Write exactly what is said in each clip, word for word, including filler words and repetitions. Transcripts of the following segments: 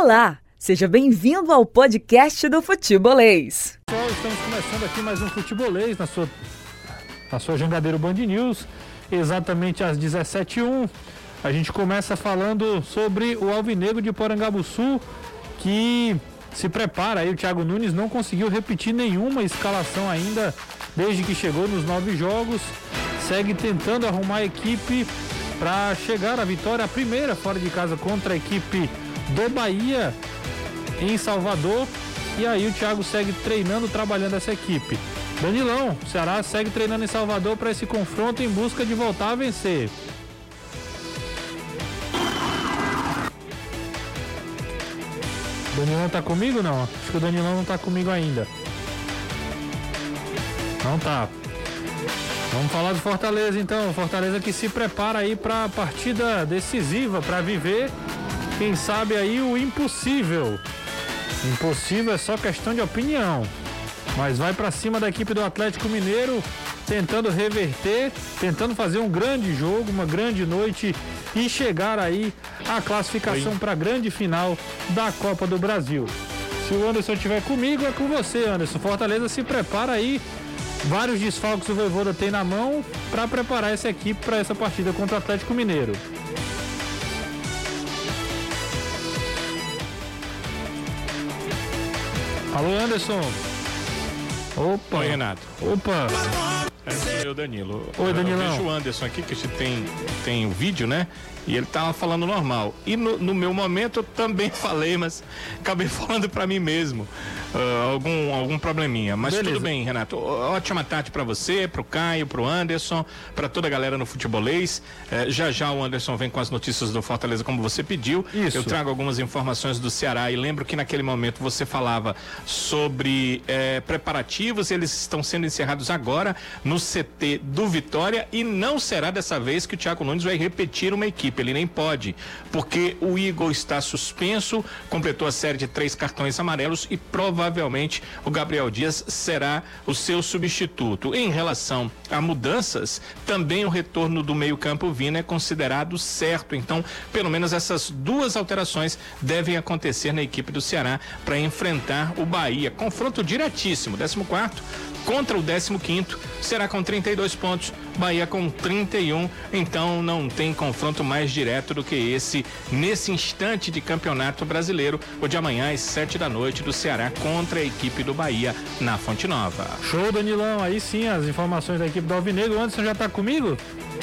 Olá, seja bem-vindo ao podcast do Futebolês. Pessoal, estamos começando aqui mais um Futebolês na sua, na sua Jangadeiro Band News, exatamente às dezessete e um. A gente começa falando sobre o Alvinegro de Porangabuçu, que se prepara aí. O Thiago Nunes não conseguiu repetir nenhuma escalação ainda desde que chegou nos nove jogos. Segue tentando arrumar a equipe para chegar à vitória, a primeira fora de casa contra a equipe do Bahia em Salvador. E aí o Thiago segue treinando, trabalhando essa equipe. Danilão, o Ceará segue treinando em Salvador para esse confronto em busca de voltar a vencer. Danilão tá comigo não? Acho que o Danilão não tá comigo ainda. Não tá. Vamos falar do Fortaleza então. Fortaleza que se prepara aí para a partida decisiva, para viver, quem sabe aí, o impossível. Impossível é só questão de opinião. Mas vai para cima da equipe do Atlético Mineiro, tentando reverter, tentando fazer um grande jogo, uma grande noite e chegar aí à classificação para a grande final da Copa do Brasil. Se o Anderson estiver comigo, é com você, Anderson. Fortaleza se prepara aí. Vários desfalques o Vojvoda tem na mão para preparar essa equipe para essa partida contra o Atlético Mineiro. Alô, Anderson. Opa. Oi, Renato. Opa. É, sou eu, Danilo. Oi, Danilão. Eu vejo o Anderson aqui, que a gente tem, tem o vídeo, né? E ele tava falando normal. E no, no meu momento eu também falei, mas acabei falando pra mim mesmo. Uh, algum, algum probleminha. Mas beleza. Tudo bem, Renato. Ótima tarde pra você, pro Caio, pro Anderson, pra toda a galera no Futebolês. Uh, já já o Anderson vem com as notícias do Fortaleza, como você pediu. Isso. Eu trago algumas informações do Ceará e lembro que naquele momento você falava sobre eh, preparativos. Eles estão sendo encerrados agora no C T do Vitória e não será dessa vez que o Thiago Nunes vai repetir uma equipe. Ele nem pode, porque o Igor está suspenso, completou a série de três cartões amarelos e provavelmente o Gabriel Dias será o seu substituto. Em relação a mudanças, também o retorno do meio-campo Vina é considerado certo. Então, pelo menos essas duas alterações devem acontecer na equipe do Ceará para enfrentar o Bahia. Confronto diretíssimo, décimo quarto contra o décimo quinto, será com trinta e dois pontos, Bahia com trinta e um, então não tem confronto mais direto do que esse nesse instante de campeonato brasileiro, o de amanhã às sete da noite do Ceará contra a equipe do Bahia na Fonte Nova. Show, Danilão, aí sim as informações da equipe do Alvinegro. O Anderson já tá comigo?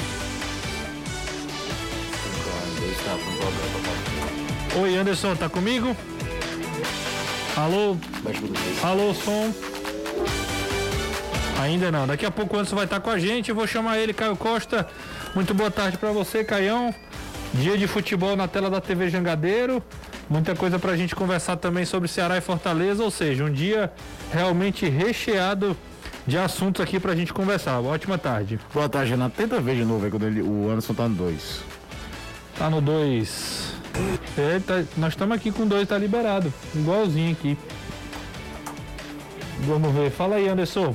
Oi, Anderson, tá comigo? Alô? Alô, som? Ainda não, daqui a pouco o Anderson vai estar com a gente. Eu vou chamar ele, Caio Costa. Muito boa tarde para você, Caião. Dia de futebol na tela da T V Jangadeiro. Muita coisa pra gente conversar também sobre Ceará e Fortaleza, ou seja, um dia realmente recheado de assuntos aqui pra gente conversar. Ótima tarde. Boa tarde, Renato. Tenta ver de novo aí quando ele, o Anderson tá no dois. Tá no dois. É, tá, nós estamos aqui com dois, tá liberado. Igualzinho aqui. Vamos ver. Fala aí, Anderson.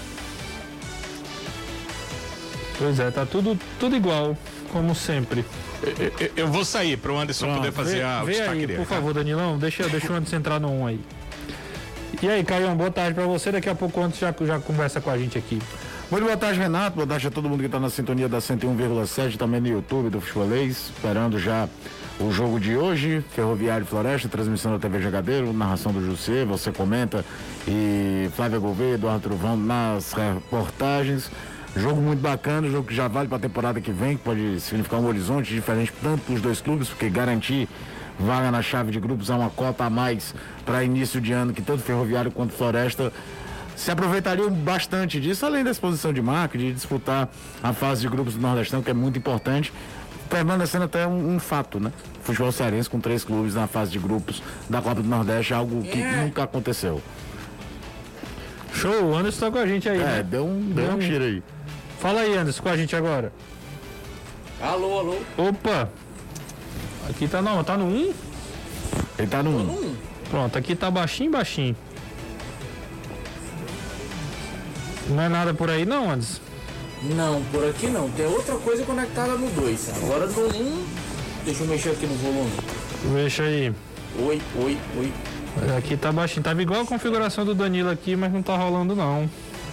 Pois é, tá tudo, tudo igual, como sempre. Eu, eu, eu vou sair para o Anderson Pronto, poder fazer vê, a, o vê destaque aí, dele. Por tá? favor, Danilão, deixa, deixa o Anderson entrar no um aí. E aí, Caião, boa tarde para você. Daqui a pouco o Anderson já, já conversa com a gente aqui. Muito boa tarde, Renato. Boa tarde a todo mundo que está na sintonia da cento e um vírgula sete, também no YouTube do Futebolês, esperando já o jogo de hoje, Ferroviário e Floresta, transmissão da T V Jangadeiro, narração do José, você comenta, e Flávia Gouveia, Eduardo Truvão nas reportagens. Jogo muito bacana, jogo que já vale para a temporada que vem, que pode significar um horizonte diferente tanto para os dois clubes, porque garantir vaga na chave de grupos é uma cota a mais para início de ano, que tanto Ferroviário quanto Floresta se aproveitariam bastante disso, além da exposição de marca, de disputar a fase de grupos do Nordestão, que é muito importante, permanecendo até um, um fato, né? Futebol cearense com três clubes na fase de grupos da Copa do Nordeste, algo que é. nunca aconteceu. Show, o Anderson tá com a gente aí. É, né? deu um, deu deu um tiro aí. Fala aí, Anderson, com a gente agora. Alô, alô. Opa! Aqui tá não, tá no um? Ele tá no um. Pronto, aqui tá baixinho, baixinho. Não é nada por aí não, Anderson? Não, por aqui não. Tem outra coisa conectada no dois. Agora no um, deixa eu mexer aqui no volume. Deixa aí. oi, oi, oi. Aqui tá baixinho. Tava igual a configuração do Danilo aqui, mas não tá rolando não.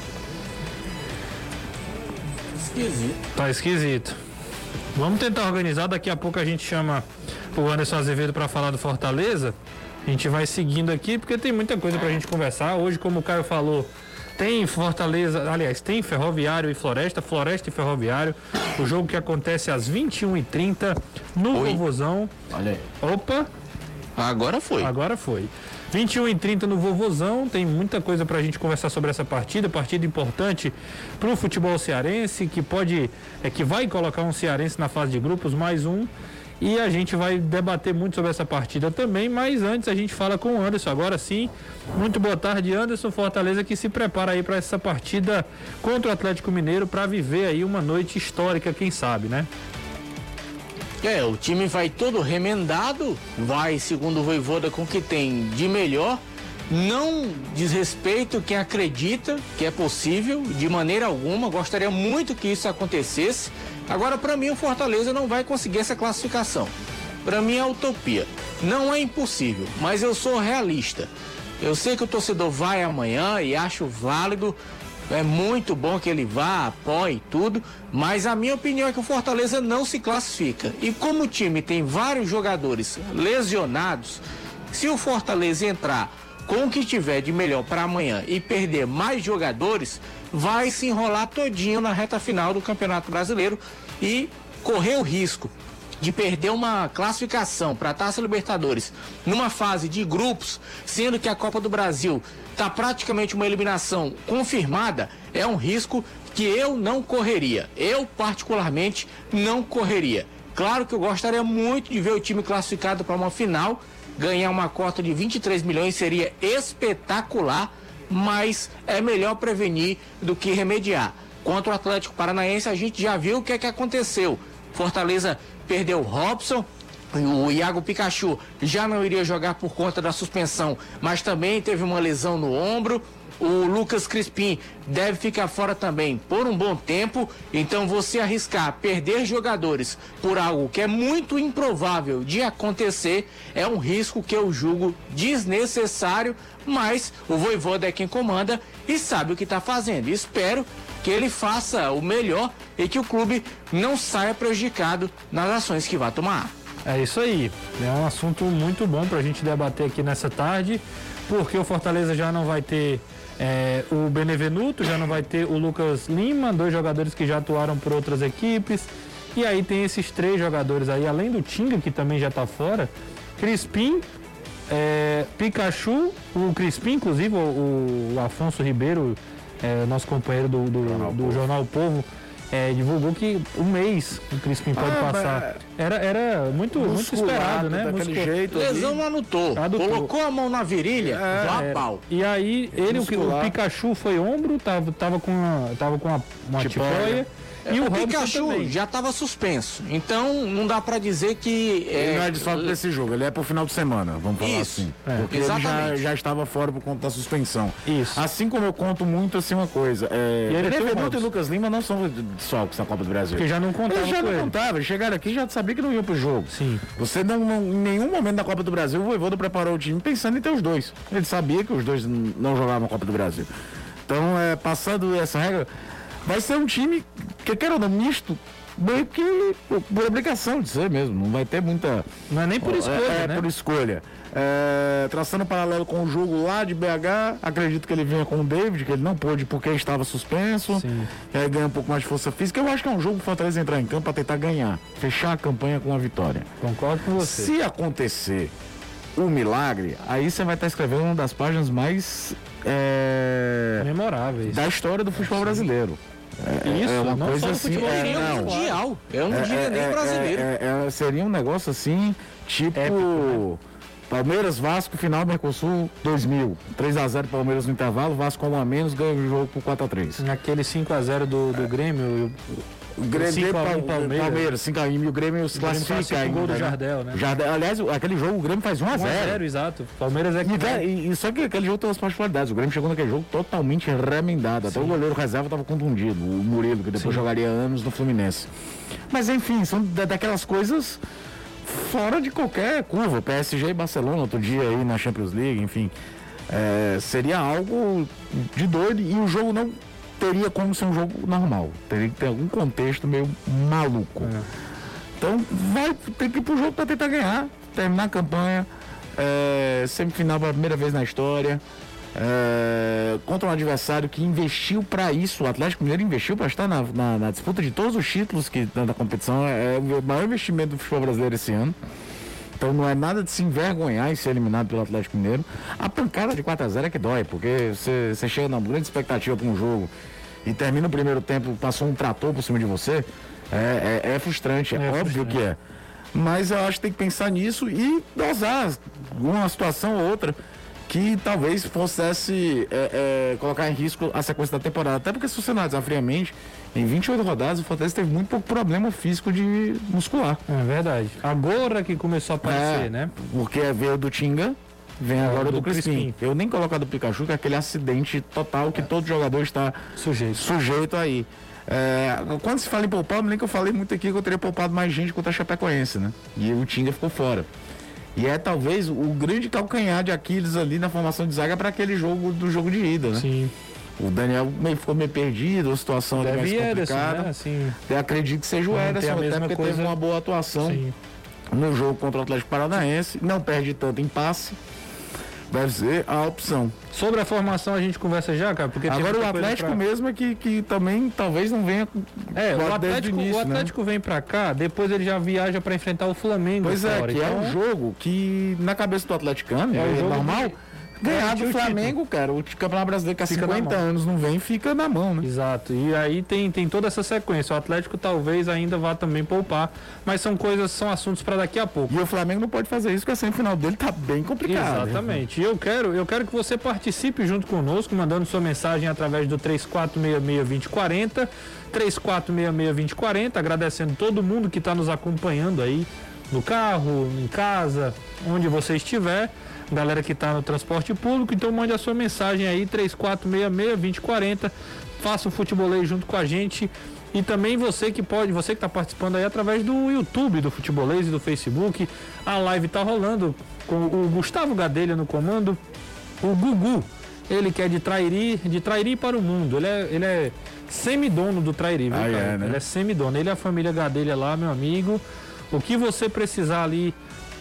Esquisito. Tá esquisito. Vamos tentar organizar. Daqui a pouco a gente chama o Anderson Azevedo para falar do Fortaleza. A gente vai seguindo aqui, porque tem muita coisa pra gente conversar. Hoje, como o Caio falou, tem Fortaleza, aliás, tem Ferroviário e Floresta, Floresta e Ferroviário. O jogo que acontece às vinte e uma e trinta no Oi. Vovozão. Olha aí. Opa! Agora foi. Agora foi. vinte e uma e trinta no Vovozão, tem muita coisa pra gente conversar sobre essa partida, partida importante pro futebol cearense, que pode, é que vai colocar um cearense na fase de grupos, mais um, e a gente vai debater muito sobre essa partida também, mas antes a gente fala com o Anderson, agora sim. Muito boa tarde, Anderson. Fortaleza que se prepara aí para essa partida contra o Atlético Mineiro, para viver aí uma noite histórica, quem sabe, né? É, o time vai todo remendado, vai, segundo o Vojvoda, com o que tem de melhor. Não desrespeito quem acredita que é possível, de maneira alguma. Gostaria muito que isso acontecesse. Agora, para mim, o Fortaleza não vai conseguir essa classificação. Para mim é utopia. Não é impossível, mas eu sou realista. Eu sei que o torcedor vai amanhã e acho válido. É muito bom que ele vá, apoie tudo, mas a minha opinião é que o Fortaleza não se classifica. E como o time tem vários jogadores lesionados, se o Fortaleza entrar com o que tiver de melhor para amanhã e perder mais jogadores, vai se enrolar todinho na reta final do Campeonato Brasileiro e correr o risco de perder uma classificação para a Taça Libertadores numa fase de grupos, sendo que a Copa do Brasil está praticamente uma eliminação confirmada, é um risco que eu não correria. Eu, particularmente, não correria. Claro que eu gostaria muito de ver o time classificado para uma final, ganhar uma cota de vinte e três milhões seria espetacular, mas é melhor prevenir do que remediar. Contra o Atlético Paranaense, a gente já viu o que é que aconteceu. Fortaleza perdeu o Robson, o Iago Pikachu já não iria jogar por conta da suspensão, mas também teve uma lesão no ombro. O Lucas Crispim deve ficar fora também por um bom tempo. Então você arriscar perder jogadores por algo que é muito improvável de acontecer é um risco que eu julgo desnecessário, mas o Vojvoda é quem comanda e sabe o que está fazendo. Espero que ele faça o melhor e que o clube não saia prejudicado nas ações que vai tomar. É isso aí, é um assunto muito bom pra gente debater aqui nessa tarde, porque o Fortaleza já não vai ter é, o Benevenuto, já não vai ter o Lucas Lima, dois jogadores que já atuaram por outras equipes, e aí tem esses três jogadores aí, além do Tinga, que também já tá fora, Crispim, é, Pikachu, o Crispim, inclusive, o, o Afonso Ribeiro, é, nosso companheiro do, do, Jornal, do Povo. Jornal Povo, É, divulgou que um mês o Crispim pode ah, passar. Era, era muito, muito esperado, né? Daquele Muscul... jeito. Lesão não anutou. Colocou a mão na virilha, é, vá a pau. E aí, ele, o, o Pikachu foi ombro, tava, tava com uma, tava com uma, uma tipóia. E o, o Pikachu já estava suspenso, então não dá para dizer que... É, ele não é desfalque desse jogo, ele é pro final de semana, vamos falar Isso, assim. É. Porque Exatamente. ele já, já estava fora por conta da suspensão. Isso. Assim como eu conto muito assim uma coisa, é, Benevenuto e Lucas Lima não são desfalques na Copa do Brasil. Porque já não contava Eles já não ele. contavam, chegaram aqui e já sabia que não iam pro jogo. Sim. Você não, não, em nenhum momento da Copa do Brasil, o Vojvoda preparou o time pensando em ter os dois. Ele sabia que os dois não jogavam a Copa do Brasil. Então, é, passando essa regra... Vai ser um time, que quer ou não, misto, meio que por obrigação de ser mesmo. Não vai ter muita... Não é nem por escolha, é, é né? por escolha. É, traçando um paralelo com o jogo lá de B H, acredito que ele venha com o David, que ele não pôde porque estava suspenso. Sim. E aí ganha um pouco mais de força física. Eu acho que é um jogo para o Fortaleza entrar em campo para tentar ganhar. Fechar a campanha com a vitória. Concordo com você. Se acontecer um milagre, aí você vai estar escrevendo uma das páginas mais... É, memoráveis da história do futebol brasileiro. É, Isso, é uma não coisa só assim, futebol, é, nem não. mundial. Eu não É, diria é, nem é, brasileiro. é, é, seria um negócio assim, tipo Épico, né? Palmeiras, Vasco, final Mercosul dois mil. três a zero Palmeiras no intervalo, Vasco com um a menos, ganha o jogo por quatro a três. Naquele cinco a zero do, do Grêmio, o Grêmio cinco a um Palmeiras, Palmeiras cinco a um, e o Grêmio se classifica ainda. Gol do né? Jardel, né? Jardel, aliás, aquele jogo o Grêmio faz um a zero. Exato. Palmeiras é que... E, e, e só que aquele jogo tem umas particularidades. O Grêmio chegou naquele jogo totalmente remendado. Até Sim. o goleiro reserva estava contundido. O Murilo, que depois Sim. jogaria anos no Fluminense. Mas enfim, são da, daquelas coisas... fora de qualquer curva. P S G e Barcelona outro dia aí na Champions League, enfim. É, seria algo de doido e o jogo não teria como ser um jogo normal. Teria que ter algum contexto meio maluco. É. Então vai ter que ir pro jogo para tentar ganhar, terminar a campanha, é, semifinal pela primeira vez na história, é, contra um adversário que investiu para isso. O Atlético Mineiro investiu para estar na, na, na disputa de todos os títulos que da competição. É, é o maior investimento do futebol brasileiro esse ano. Então não é nada de se envergonhar e ser eliminado pelo Atlético Mineiro. A pancada de quatro a zero é que dói, porque você, você chega na grande expectativa para um jogo e termina o primeiro tempo, passou um trator por cima de você, é, é, é frustrante, é, é óbvio frustrante. que é. Mas eu acho que tem que pensar nisso e dosar uma situação ou outra que talvez fosse é, é, colocar em risco a sequência da temporada. Até porque se você analisar friamente, em vinte e oito rodadas o Fortaleza teve muito pouco problema físico de muscular. É verdade. Agora que começou a aparecer, é, né? Porque veio do Tinga, vem agora do, do Crispim. Crispim. Eu nem coloco a do Pikachu, que é aquele acidente total que é. todo jogador está sujeito, sujeito aí. É, quando se fala em poupar, nem que eu falei muito aqui que eu teria poupado mais gente contra a Chapecoense, né? E o Tinga ficou fora. E é talvez o grande calcanhar de Aquiles ali na formação de zaga para aquele jogo do jogo de ida, né? Sim. O Daniel meio, ficou meio perdido, a situação ali mais complicada. Né? Assim, eu acredito que seja o Ederson, até porque coisa... teve uma boa atuação Sim. no jogo contra o Atlético Paranaense. Não perde tanto em passe. Deve ser a opção. Sobre a formação a gente conversa já, cara, porque agora o Atlético pra... mesmo é que, que também talvez não venha. É, o Atlético, início, o Atlético né? vem pra cá, depois ele já viaja pra enfrentar o Flamengo. Pois é, fora, que então... é um jogo que na cabeça do atleticano é, é normal. De... Ganhar do Flamengo, cara, o Campeonato Brasileiro que há cinquenta anos não vem, fica na mão, né? Exato, e aí tem, tem toda essa sequência. O Atlético talvez ainda vá também poupar, mas são coisas, são assuntos para daqui a pouco. E o Flamengo não pode fazer isso, porque a semifinal dele tá bem complicada. Exatamente, e eu quero, eu quero que você participe junto conosco, mandando sua mensagem através do três quatro seis seis, dois zero quatro zero, três quatro seis seis, dois zero quatro zero, agradecendo todo mundo que está nos acompanhando aí, no carro, em casa, onde você estiver. Galera que está no transporte público, então mande a sua mensagem aí, três quatro seis seis, dois zero quatro zero, faça um futebolês junto com a gente e também você que pode, você que está participando aí através do YouTube, do Futebolês e do Facebook, a live está rolando com o Gustavo Gadelha no comando, o Gugu, ele que é de Trairi, de Trairi para o mundo, ele é, ele é semidono do Trairi, viu, ah, cara? É, né? Ele é semidono, ele é a família Gadelha lá, meu amigo, o que você precisar ali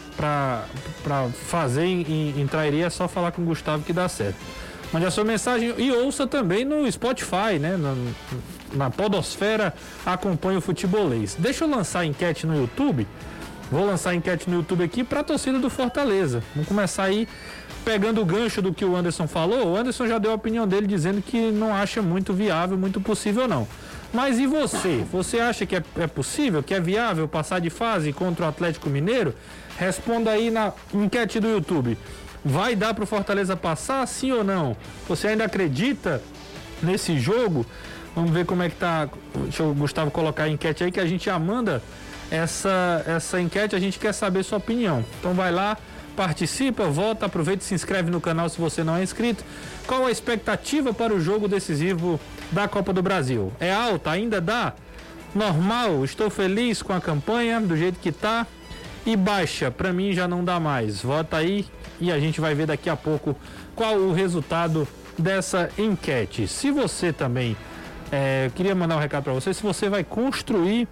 para fazer em, em Trairi é só falar com o Gustavo que dá certo. Mande a sua mensagem e ouça também no Spotify, né? Na, na podosfera, acompanhe o Futebolês. Deixa eu lançar a enquete no YouTube. Vou lançar a enquete no YouTube aqui para a torcida do Fortaleza. Vamos começar aí pegando o gancho do que o Anderson falou. O Anderson já deu a opinião dele dizendo que não acha muito viável, muito possível não. Mas e você? Você acha que é, é possível, que é viável passar de fase contra o Atlético Mineiro? Responda aí na enquete do YouTube. Vai dar para o Fortaleza passar, sim ou não? Você ainda acredita nesse jogo? Vamos ver como é que tá. Deixa o Gustavo colocar a enquete aí que a gente já manda essa, essa enquete. A gente quer saber sua opinião. Então vai lá, participa, vota, aproveita e se inscreve no canal se você não é inscrito. Qual a expectativa para o jogo decisivo da Copa do Brasil? É alta? Ainda dá? Normal? Estou feliz com a campanha do jeito que tá? E baixa, para mim já não dá mais. Vota aí e a gente vai ver daqui a pouco qual o resultado dessa enquete. Se você também, é, eu queria mandar um recado para você, se você vai construir,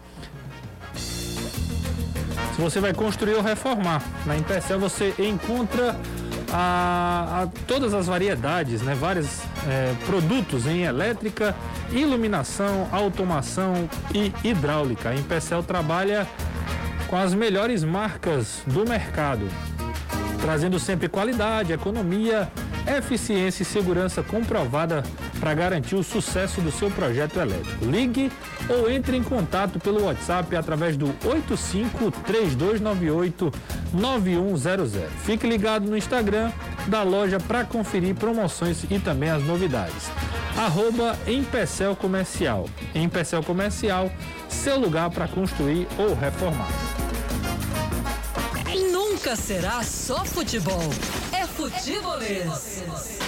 se você vai construir ou reformar, na Empecel você encontra a, a, todas as variedades, né? Vários é, produtos em elétrica, iluminação, automação e hidráulica. A Empecel trabalha com as melhores marcas do mercado, trazendo sempre qualidade, economia, eficiência e segurança comprovada para garantir o sucesso do seu projeto elétrico. Ligue ou entre em contato pelo WhatsApp através do oito cinco três dois nove oito nove um zero zero. Fique ligado no Instagram da loja para conferir promoções e também as novidades. Arroba Empecel Comercial. Empecel Comercial, seu lugar para construir ou reformar. Nunca será só futebol. É futebolês.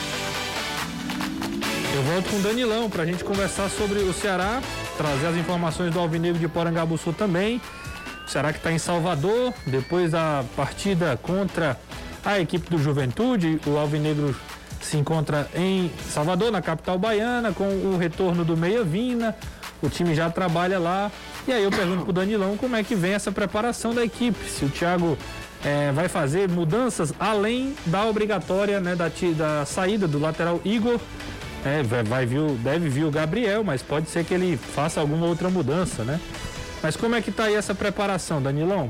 Eu volto com o Danilão para a gente conversar sobre o Ceará, trazer as informações do Alvinegro de Porangabuçu também. Será que está em Salvador? Depois da partida contra a equipe do Juventude, o Alvinegro se encontra em Salvador, na capital baiana, com o retorno do Meia Vina. O time já trabalha lá. E aí eu pergunto pro Danilão como é que vem essa preparação da equipe. Se o Thiago é, vai fazer mudanças além da obrigatória, né, da, da saída do lateral Igor. É, vai, vai vir, deve vir o Gabriel, mas pode ser que ele faça alguma outra mudança, né? Mas como é que tá aí essa preparação, Danilão?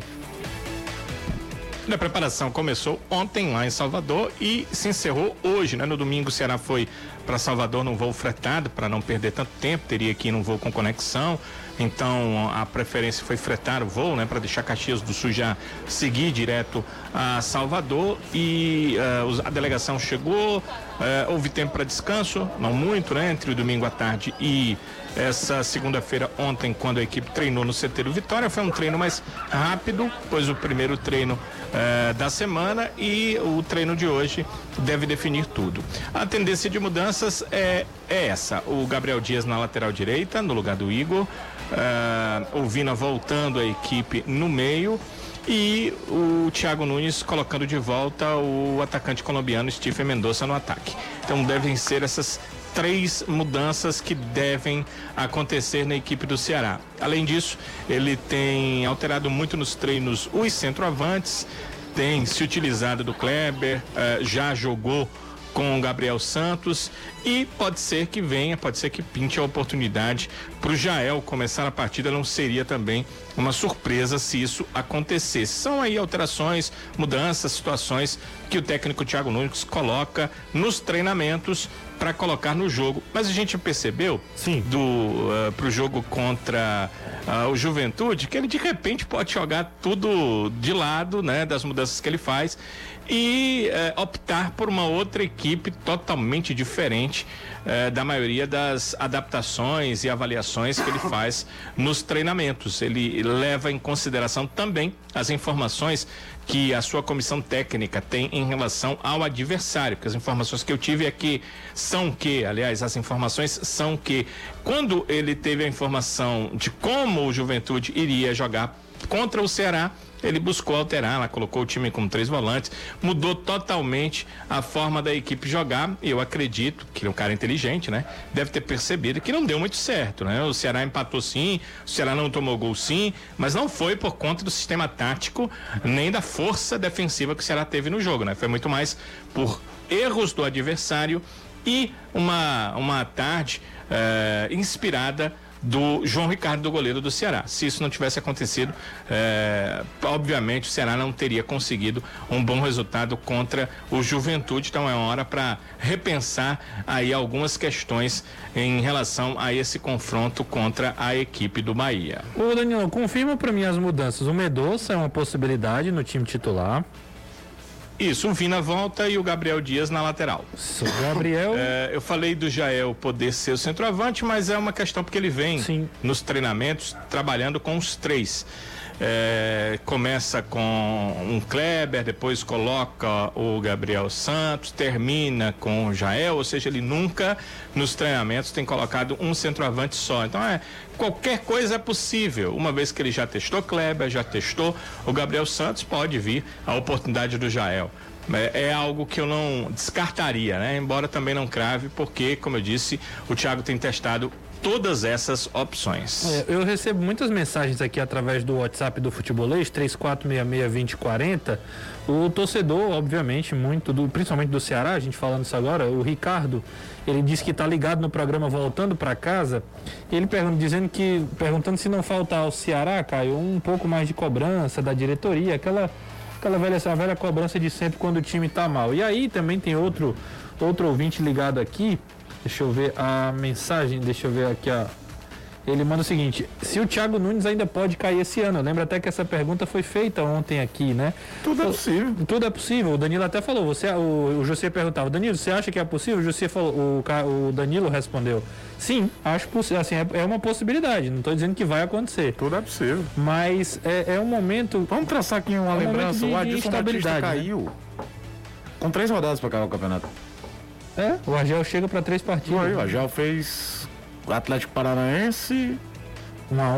A preparação começou ontem lá em Salvador e se encerrou hoje, né? No domingo o Ceará foi para Salvador num voo fretado para não perder tanto tempo, teria que ir num voo com conexão. Então a preferência foi fretar o voo, né, para deixar Caxias do Sul já seguir direto a Salvador. E uh, a delegação chegou, uh, houve tempo para descanso, não muito, né, entre o domingo à tarde e essa segunda-feira ontem, quando a equipe treinou no C T do Vitória. Foi um treino mais rápido, pois o primeiro treino uh, da semana e o treino de hoje deve definir tudo. A tendência de mudanças é, é essa: o Gabriel Dias na lateral direita, no lugar do Igor. Uh, o Vina voltando a equipe no meio e o Thiago Nunes colocando de volta o atacante colombiano Stephen Mendonça no ataque. Então devem ser essas três mudanças que devem acontecer na equipe do Ceará. Além disso, ele tem alterado muito nos treinos os centroavantes, tem se utilizado do Kleber, uh, já jogou com o Gabriel Santos e pode ser que venha, pode ser que pinte a oportunidade para o Jael começar a partida. Não seria também uma surpresa se isso acontecesse. São aí alterações, mudanças, situações que o técnico Thiago Nunes coloca nos treinamentos para colocar no jogo. Mas a gente percebeu Sim. do uh, pro jogo contra uh, o Juventude que ele de repente pode jogar tudo de lado, né, das mudanças que ele faz e uh, optar por uma outra equipe totalmente diferente uh, da maioria das adaptações e avaliações que ele faz nos treinamentos. Ele leva em consideração também as informações que a sua comissão técnica tem em relação ao adversário, porque as informações que eu tive é que são que, aliás, as informações são que quando ele teve a informação de como o Juventude iria jogar contra o Ceará, ele buscou alterar, ela colocou o time com três volantes, mudou totalmente a forma da equipe jogar. E eu acredito que ele é um cara inteligente, né? Deve ter percebido que não deu muito certo, né? O Ceará empatou sim, o Ceará não tomou gol sim, mas não foi por conta do sistema tático nem da força defensiva que o Ceará teve no jogo, né? Foi muito mais por erros do adversário e uma, uma tarde eh, inspirada do João Ricardo, do goleiro do Ceará. Se isso não tivesse acontecido, é, obviamente o Ceará não teria conseguido um bom resultado contra o Juventude. Então é hora para repensar aí algumas questões em relação a esse confronto contra a equipe do Bahia. Ô Danilo, confirma para mim as mudanças. O Mendonça é uma possibilidade no time titular. Isso, o Vina volta e o Gabriel Dias na lateral. O Gabriel... É, eu falei do Jael poder ser o centroavante, mas é uma questão porque ele vem Sim. nos treinamentos trabalhando com os três. É, começa com um Kleber, depois coloca o Gabriel Santos, termina com o Jael, ou seja, ele nunca nos treinamentos tem colocado um centroavante só. Então é, qualquer coisa é possível. Uma vez que ele já testou Kleber, já testou o Gabriel Santos, pode vir a oportunidade do Jael. É, é algo que eu não descartaria, né? Embora também não crave, porque, como eu disse, o Thiago tem testado todas essas opções. É, eu recebo muitas mensagens aqui através do WhatsApp do Futebolês, três quatro seis seis, dois zero quatro zero. O torcedor, obviamente, muito do, principalmente do Ceará, a gente falando isso agora, o Ricardo, ele disse que está ligado no programa Voltando para Casa. Ele pergunta, dizendo que, perguntando se não falta ao Ceará, Caio, um pouco mais de cobrança da diretoria, aquela, aquela velha, essa velha cobrança de sempre quando o time está mal. E aí também tem outro, outro ouvinte ligado aqui. Deixa eu ver a mensagem, deixa eu ver aqui, ó. Ele manda o seguinte: se o Thiago Nunes ainda pode cair esse ano. Eu lembro até que essa pergunta foi feita ontem aqui, né? Tudo é possível. Tudo é possível. O Danilo até falou, você, o, o José perguntava, Danilo, você acha que é possível? O José falou, o, o Danilo respondeu, sim, acho possível, assim, é, é uma possibilidade, não estou dizendo que vai acontecer. Tudo é possível. Mas é, é um momento... Vamos traçar aqui uma é um lembrança, de, o Adilson Batista caiu, né? Com três rodadas para acabar o campeonato. É, o Argel chega para três partidas. Foi, o Argel fez o Atlético Paranaense um a um,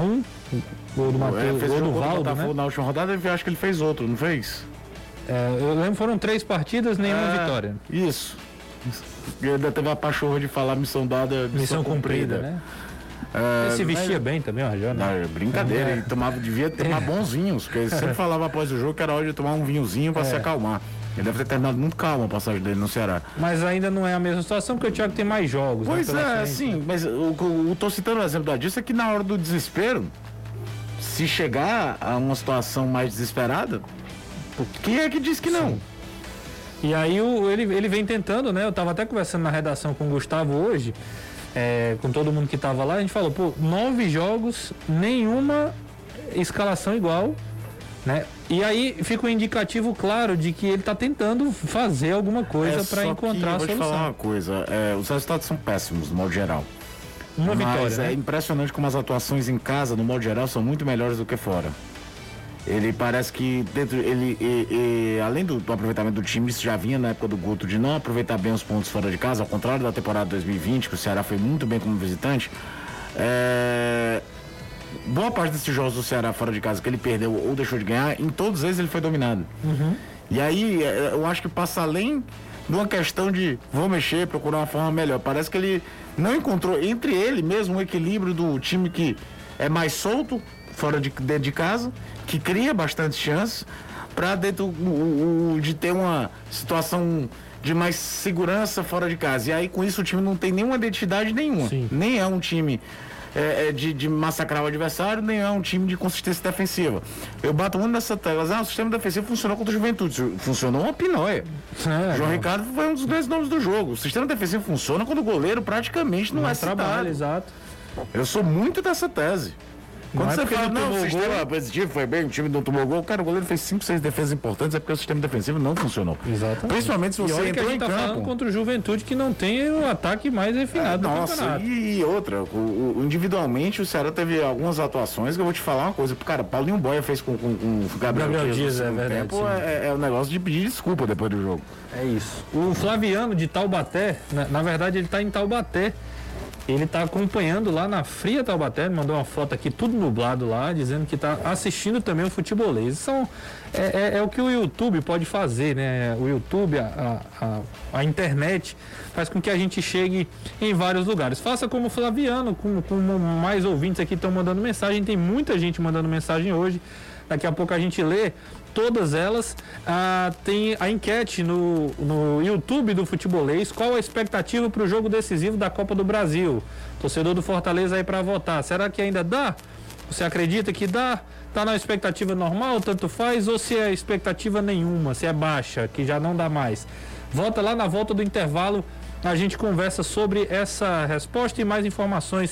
Gol do É, Matheus, fez gol um do gol do Valdo, Botafogo né? na última rodada, eu acho que ele fez outro, não fez? É, eu lembro que foram três partidas, nenhuma É, vitória. Isso. Ele ainda teve a pachorra de falar missão dada, missão, Missão cumprida, cumprida, né? É, Ele se vestia mas- bem também, o Rajão, Não, né? é brincadeira, É. ele tomava, devia tomar bons vinhos, porque ele sempre falava após o jogo que era hora de tomar um vinhozinho pra É. se acalmar. Ele deve ter terminado muito calmo a passagem dele no Ceará. Mas ainda não é a mesma situação, porque o Thiago tem mais jogos. Pois né, pela é, frente. sim, mas o, o, o tô citando o exemplo da disso é que na hora do desespero, se chegar a uma situação mais desesperada, quem é que diz que não? Sim. E aí o, ele, ele vem tentando, né? Eu tava até conversando na redação com o Gustavo hoje, é, com todo mundo que tava lá, a gente falou, pô, nove jogos, nenhuma escalação igual, né? E aí fica um indicativo claro de que ele tá tentando fazer alguma coisa É para só encontrar que, a vou te falar solução. uma coisa, é, os resultados são péssimos no modo geral. Uma Mas vitória, é né? impressionante como as atuações em casa, no modo geral, são muito melhores do que fora. Ele parece que dentro, ele, e, e, além do, do aproveitamento do time, isso já vinha na época do Guto de não aproveitar bem os pontos fora de casa, ao contrário da temporada dois mil e vinte, que o Ceará foi muito bem como visitante. É, boa parte desses jogos do Ceará fora de casa que ele perdeu ou deixou de ganhar, em todos eles ele foi dominado. E aí é, eu acho que passa além de uma questão de vou mexer, procurar uma forma melhor. Parece que ele não encontrou entre ele mesmo um equilíbrio do time que é mais solto fora de, dentro de casa, que cria bastante chances para dentro o, o, de ter uma situação de mais segurança fora de casa. E aí com isso o time não tem nenhuma identidade nenhuma. Sim. Nem é um time é, é de, de massacrar o adversário, nem é um time de consistência defensiva. Eu bato muito nessa tecla. Ah, o sistema defensivo funcionou contra o Juventude. Funcionou uma pinóia. É, João não. Ricardo foi um dos grandes nomes do jogo. O sistema defensivo funciona quando o goleiro praticamente não, Não é trabalha, citado. exato. Eu sou muito dessa tese. Não Quando é você porque fala, não não, tomou o sistema gol. positivo foi bem, o time não tomou gol, cara, o goleiro fez cinco, seis defesas importantes, é porque o sistema defensivo não funcionou. Exatamente. Principalmente se E você olha que a entrou gente em tá falando campo. contra o Juventude, que não tem o ataque mais refinado do Nossa, campeonato. e, e outra, o, o- individualmente o Ceará teve algumas atuações que eu vou te falar uma coisa. Cara, Paulinho Boia fez com, com, com o Gabriel, Gabriel Dias no Dias, é segundo verdade, tempo, sim. é, é um negócio de pedir desculpa depois do jogo. É isso. O Flaviano de Taubaté, na, na verdade ele tá em Taubaté. Ele tá acompanhando lá na fria Taubaté, ele mandou uma foto aqui, tudo nublado lá, dizendo que tá assistindo também o futebolês. São, é, é, é o que o YouTube pode fazer, né? O YouTube, a, a, a, a internet, faz com que a gente chegue em vários lugares. Faça como o Flaviano, com, com mais ouvintes aqui estão mandando mensagem, tem muita gente mandando mensagem hoje. Daqui a pouco a gente lê todas elas. Ah, tem a enquete no, no YouTube do Futebolês. Qual a expectativa para o jogo decisivo da Copa do Brasil? Torcedor do Fortaleza aí para votar. Será que ainda dá? Você acredita que dá? Tá na expectativa normal, tanto faz? Ou se é expectativa nenhuma, se é baixa, que já não dá mais? Volta lá na volta do intervalo. A gente conversa sobre essa resposta e mais informações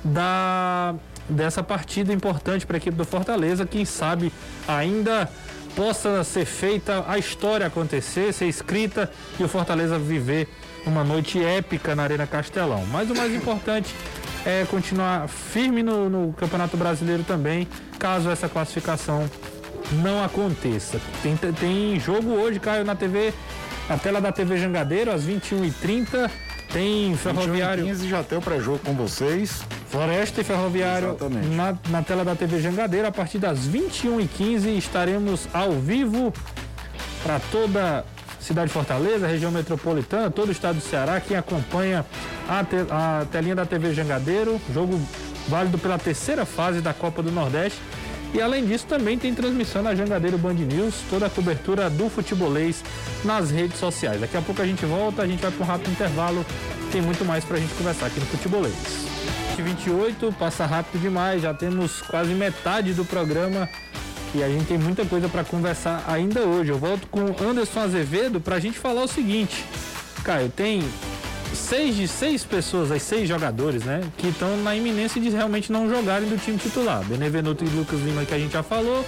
da, dessa partida importante para a equipe do Fortaleza. Quem sabe ainda possa ser feita a história acontecer, ser escrita e o Fortaleza viver uma noite épica na Arena Castelão. Mas o mais importante é continuar firme no, no Campeonato Brasileiro também, caso essa classificação não aconteça. Tem, tem jogo hoje, Caio, na T V, na tela da T V Jangadeiro, às vinte e uma e trinta. Tem Ferroviário. quinze já tem o pré-jogo com vocês. Floresta e Ferroviário Exatamente. na, na tela da T V Jangadeiro. A partir das vinte e uma e quinze estaremos ao vivo para toda a cidade de Fortaleza, região metropolitana, todo o estado do Ceará. Quem acompanha a, te, a telinha da T V Jangadeiro, jogo válido pela terceira fase da Copa do Nordeste. E além disso também tem transmissão na Jangadeiro Band News, toda a cobertura do futebolês nas redes sociais. Daqui a pouco a gente volta, a gente vai para um rápido intervalo, tem muito mais para a gente conversar aqui no Futebolês. vinte e oito, passa rápido demais, já temos quase metade do programa e a gente tem muita coisa para conversar ainda hoje. Eu volto com o Anderson Azevedo para a gente falar o seguinte, Caio, tem seis de seis pessoas, as seis jogadores, né, que estão na iminência de realmente não jogarem do time titular. Benevenuto e Lucas Lima, que a gente já falou.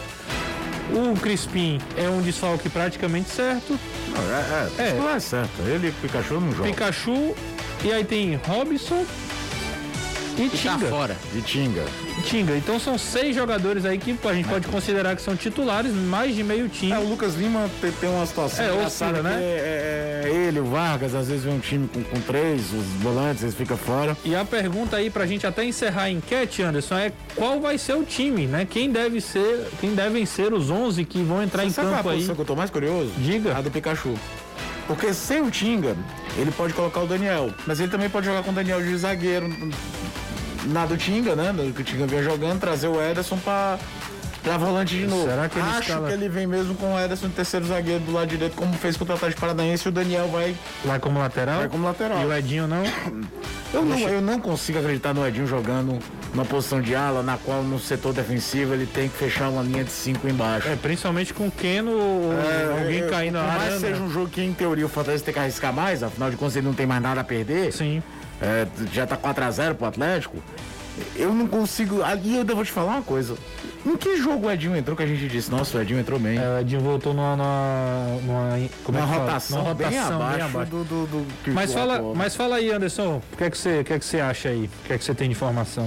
O Crispim é um desfalque praticamente certo. É, é, É. não é certo. Ele e o Pikachu não jogam. Pikachu, e aí tem Robson, E que tá Tinga. fora. E Tinga. Tinga. Então são seis jogadores aí que a gente pode considerar que são titulares, mais de meio time. É, o Lucas Lima tem, tem uma situação É, engraçada, oscila, né? que É, é, ele, o Vargas, às vezes vem um time com, com três, os volantes, eles ficam fora. E a pergunta aí pra gente até encerrar a enquete, Anderson, é qual vai ser o time, né? Quem deve ser, quem devem ser os onze que vão entrar Você em sabe campo qual é a aí? posição que eu tô mais curioso? Diga. A do Pikachu. Porque sem o Tinga, ele pode colocar o Daniel, mas ele também pode jogar com o Daniel de zagueiro na do Tinga, né? Que o Tinga vinha jogando, trazer o Ederson pra, pra volante de novo. Será que ele Acho escala... que ele vem mesmo com o Ederson de terceiro zagueiro do lado direito, como fez contra o Atlético Paranaense, e o Daniel vai, Vai como lateral? vai como lateral. E o Edinho não? Eu não, eu não consigo acreditar no Edinho jogando numa posição de ala, na qual no setor defensivo ele tem que fechar uma linha de cinco embaixo. É, principalmente com o Keno ou É, alguém eu- caindo na Por mais área. que seja um jogo que, em teoria, o Fortaleza tem que arriscar mais, afinal de contas ele não tem mais nada a perder. Sim. É, já tá quatro a zero pro Atlético. Eu não consigo. E eu vou te falar uma coisa. Em que jogo o Edinho entrou que a gente disse? Nossa, o Edinho entrou bem. É, o Edinho voltou numa, numa, numa, como é Uma que fala? rotação, Numa bem rotação abaixo, Do, do, do que Mas o fala, atual. mas fala aí, Anderson, o que é que você, o que é que você acha aí? O que é que você tem de informação?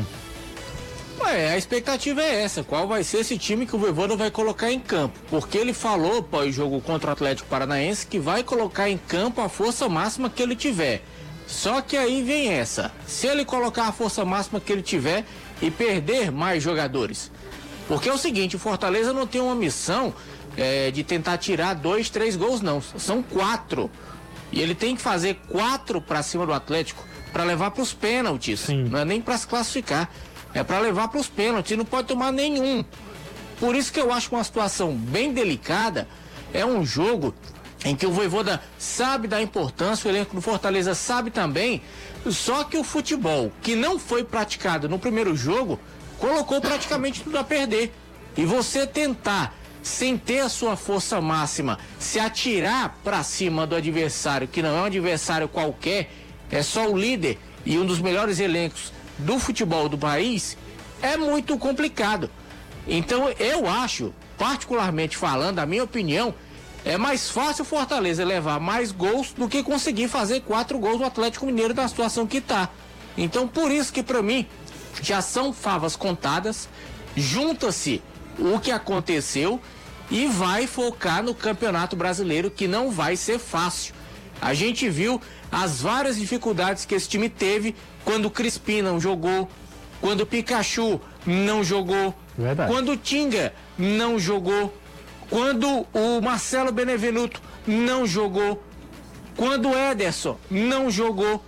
Ué, a expectativa é essa, qual vai ser esse time que o Vojvoda vai colocar em campo, porque ele falou pós-jogo contra o Atlético Paranaense que vai colocar em campo a força máxima que ele tiver. Só que aí vem essa, se ele colocar a força máxima que ele tiver e perder mais jogadores, porque é o seguinte, o Fortaleza não tem uma missão é, de tentar tirar dois, três gols não, são quatro, e ele tem que fazer quatro para cima do Atlético para levar para os pênaltis, Sim. não é nem para se classificar. É para levar para os pênaltis, não pode tomar nenhum. Por isso que eu acho uma situação bem delicada. É um jogo em que o Vojvoda sabe da importância, o elenco do Fortaleza sabe também. Só que o futebol que não foi praticado no primeiro jogo colocou praticamente tudo a perder. E você tentar, sem ter a sua força máxima, se atirar para cima do adversário, que não é um adversário qualquer, é só o líder e um dos melhores elencos do futebol do país, é muito complicado. Então eu acho, particularmente falando, a minha opinião, é mais fácil o Fortaleza levar mais gols do que conseguir fazer quatro gols do Atlético Mineiro na situação que tá. Então por isso que para mim já são favas contadas, junta-se o que aconteceu e vai focar no Campeonato Brasileiro, que não vai ser fácil. A gente viu as várias dificuldades que esse time teve quando o Crispim não jogou, quando o Pikachu não jogou, Verdade. quando o Tinga não jogou, quando o Marcelo Benevenuto não jogou, quando o Ederson não jogou.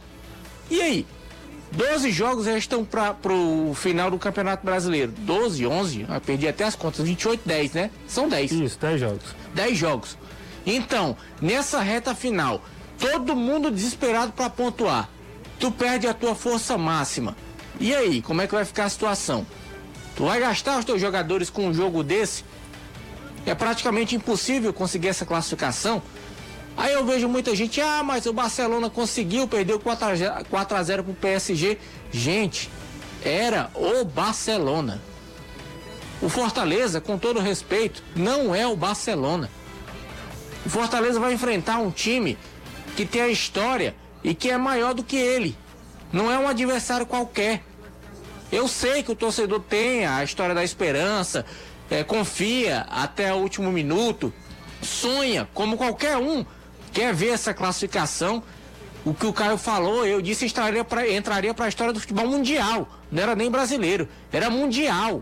E aí? doze jogos já estão para o final do Campeonato Brasileiro. doze, onze, eu perdi até as contas, vinte e oito, dez, né? São dez. Isso, dez jogos. dez jogos. Então, nessa reta final, todo mundo desesperado para pontuar. Tu perde a tua força máxima. E aí, como é que vai ficar a situação? Tu vai gastar os teus jogadores com um jogo desse? É praticamente impossível conseguir essa classificação. Aí eu vejo muita gente, ah, mas o Barcelona conseguiu, perdeu quatro a zero pro P S G. Gente, era o Barcelona. O Fortaleza, com todo respeito, não é o Barcelona. O Fortaleza vai enfrentar um time que tem a história e que é maior do que ele. Não é um adversário qualquer. Eu sei que o torcedor tem a história da esperança, é, confia até o último minuto, sonha, como qualquer um, quer ver essa classificação. O que o Caio falou, eu disse, entraria para entraria para a história do futebol mundial. Não era nem brasileiro, era mundial.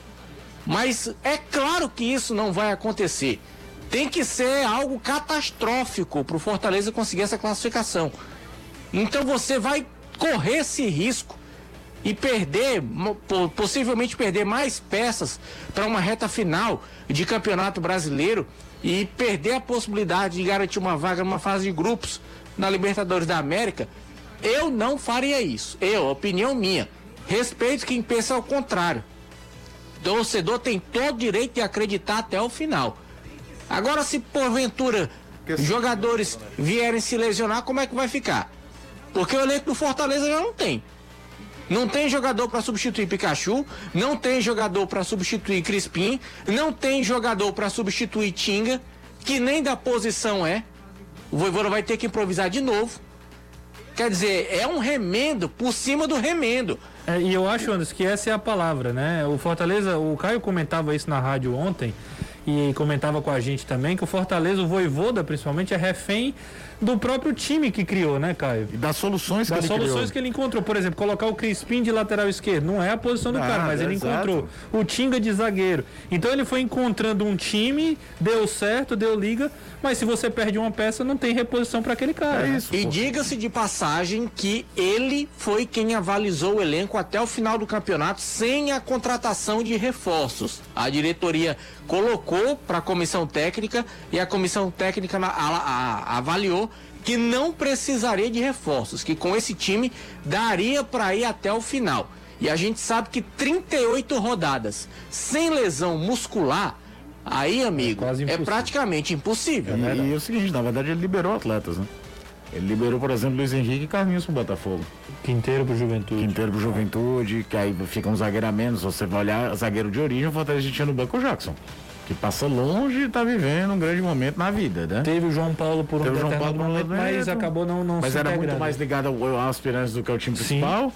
Mas é claro que isso não vai acontecer. Tem que ser algo catastrófico para o Fortaleza conseguir essa classificação. Então você vai correr esse risco e perder, possivelmente perder mais peças para uma reta final de Campeonato Brasileiro e perder a possibilidade de garantir uma vaga numa fase de grupos na Libertadores da América. Eu não faria isso. Eu, opinião minha. Respeito quem pensa ao contrário. O torcedor tem todo o direito de acreditar até o final. Agora, se porventura jogadores vierem se lesionar, como é que vai ficar? Porque o elenco do Fortaleza já não tem. Não tem jogador para substituir Pikachu, não tem jogador para substituir Crispim, não tem jogador para substituir Tinga, que nem da posição é. O Vojvoda vai ter que improvisar de novo. Quer dizer, é um remendo por cima do remendo. É, e eu acho, Anderson, que essa é a palavra, né? O Fortaleza, o Caio comentava isso na rádio ontem e comentava com a gente também, que o Fortaleza, o Vojvoda principalmente, é refém do próprio time que criou, né, Caio? E das soluções que das ele soluções criou. que ele encontrou. Por exemplo, colocar o Crispim de lateral esquerdo. Não é a posição do Ah, cara, mas é ele exato. encontrou o Tinga de zagueiro. Então ele foi encontrando um time, deu certo, deu liga, mas se você perde uma peça, não tem reposição para aquele cara. É né? isso. E pô. diga-se de passagem que ele foi quem avalizou o elenco até o final do campeonato sem a contratação de reforços. A diretoria colocou para a comissão técnica e a comissão técnica na- a- a- avaliou que não precisaria de reforços, que com esse time daria para ir até o final. E a gente sabe que trinta e oito rodadas sem lesão muscular, aí, amigo, quase é, impossível. praticamente impossível. E, e é o seguinte, na verdade ele liberou atletas, né? Ele liberou, por exemplo, Luiz Henrique e Carlinhos pro Botafogo. Quinteiro pro Juventude. Quinteiro pro Juventude, que aí fica um zagueiro a menos. Se você vai olhar, zagueiro de origem, o Fortaleza tinha no banco o Jackson. Que passa longe e tá vivendo um grande momento na vida, né? Teve o João Paulo por um Teve o João determinado Paulo por um momento, mas momento, acabou não, não Mas se era integrando. muito mais ligado ao- aos aspirantes do que ao time Sim. principal.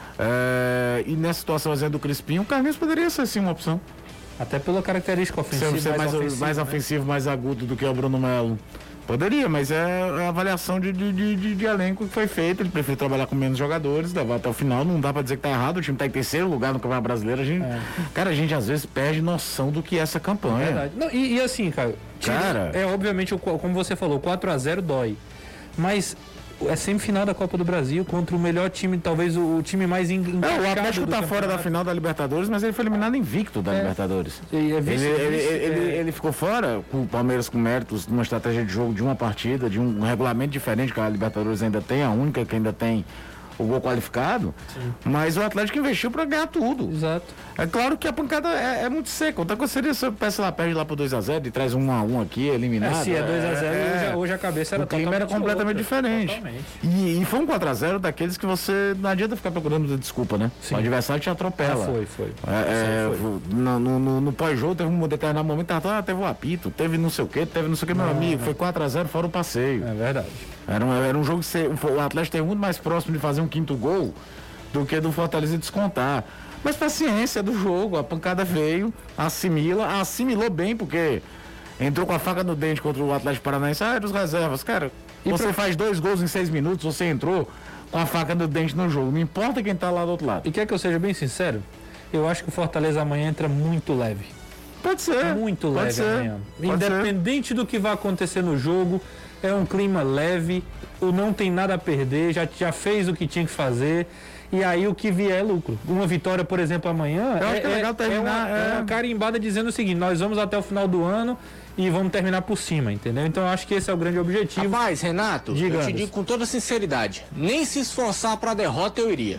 É, e nessa situação, exemplo do Crispim, o Carlinhos poderia ser sim uma opção. Até pela característica ofensiva, Ser, ser mais, ofensiva, mais né? ofensivo, mais agudo do que o Bruno Melo. Poderia, mas é a avaliação de, de, de, de- de elenco que foi feita. Ele prefere trabalhar com menos jogadores, levar até o final. Não dá pra dizer que tá errado. O time tá em terceiro lugar no Campeonato Brasileiro. A gente, É. Cara, a gente às vezes perde noção do que é essa campanha. Verdade. Não, e, e assim, cara, tira- Cara. é obviamente, o- como você falou, quatro a zero dói. Mas é semifinal da Copa do Brasil contra o melhor time, talvez o, o time mais en- É, encaixado o Atlético do tá fora da campeonato. final da Libertadores, mas ele foi eliminado invicto da É. Libertadores. E é Ele, vice- ele, vice- ele, é. ele ficou fora com o Palmeiras com méritos de uma estratégia de jogo, de uma partida, de um regulamento diferente que a Libertadores ainda tem, a única que ainda tem o gol qualificado. Mas o Atlético investiu pra ganhar tudo. Exato. É claro que a pancada é, é muito seca. Outra coisa seria se o P S lá perde lá pro dois a zero e traz um a um aqui, É, eliminado. se é dois a zero, é, hoje, a- hoje a cabeça era o clima era totalmente completamente outra. diferente. Totalmente. E, e foi um quatro a zero daqueles que você não adianta ficar procurando desculpa, né? Sim. O adversário te Ah, atropela. foi, foi. É, é, Isso aí foi. no no, no, no pós-jogo teve um determinado momento, tava, ah, teve um apito, teve não sei o que, teve não sei o que, meu amigo, foi quatro a zero fora o passeio. É verdade. Era, um, era um jogo que você, o Atlético teve muito mais próximo de fazer um quinto gol do que do Fortaleza descontar. Mas paciência do jogo, a pancada veio, assimila, assimilou bem, porque entrou com a faca no dente contra o Atlético Paranaense, ah, era os reservas, cara. E você pra- faz dois gols em seis minutos, você entrou com a faca no dente no jogo, não importa quem tá lá do outro lado. E quer que eu seja bem sincero? Eu acho que o Fortaleza amanhã entra muito leve. Pode ser. Muito pode leve ser, amanhã. pode ser. Independente do que vai acontecer no jogo, é um clima leve, o não tem nada a perder, já, já fez o que tinha que fazer. E aí o que vier é lucro. Uma vitória, por exemplo, amanhã. Eu acho que é legal terminar, É uma, é é. uma carimbada dizendo o seguinte: nós vamos até o final do ano e vamos terminar por cima, entendeu? Então eu acho que esse é o grande objetivo. Rapaz, Renato, Diga, eu te Anderson. digo com toda sinceridade, nem se esforçar pra derrota eu iria.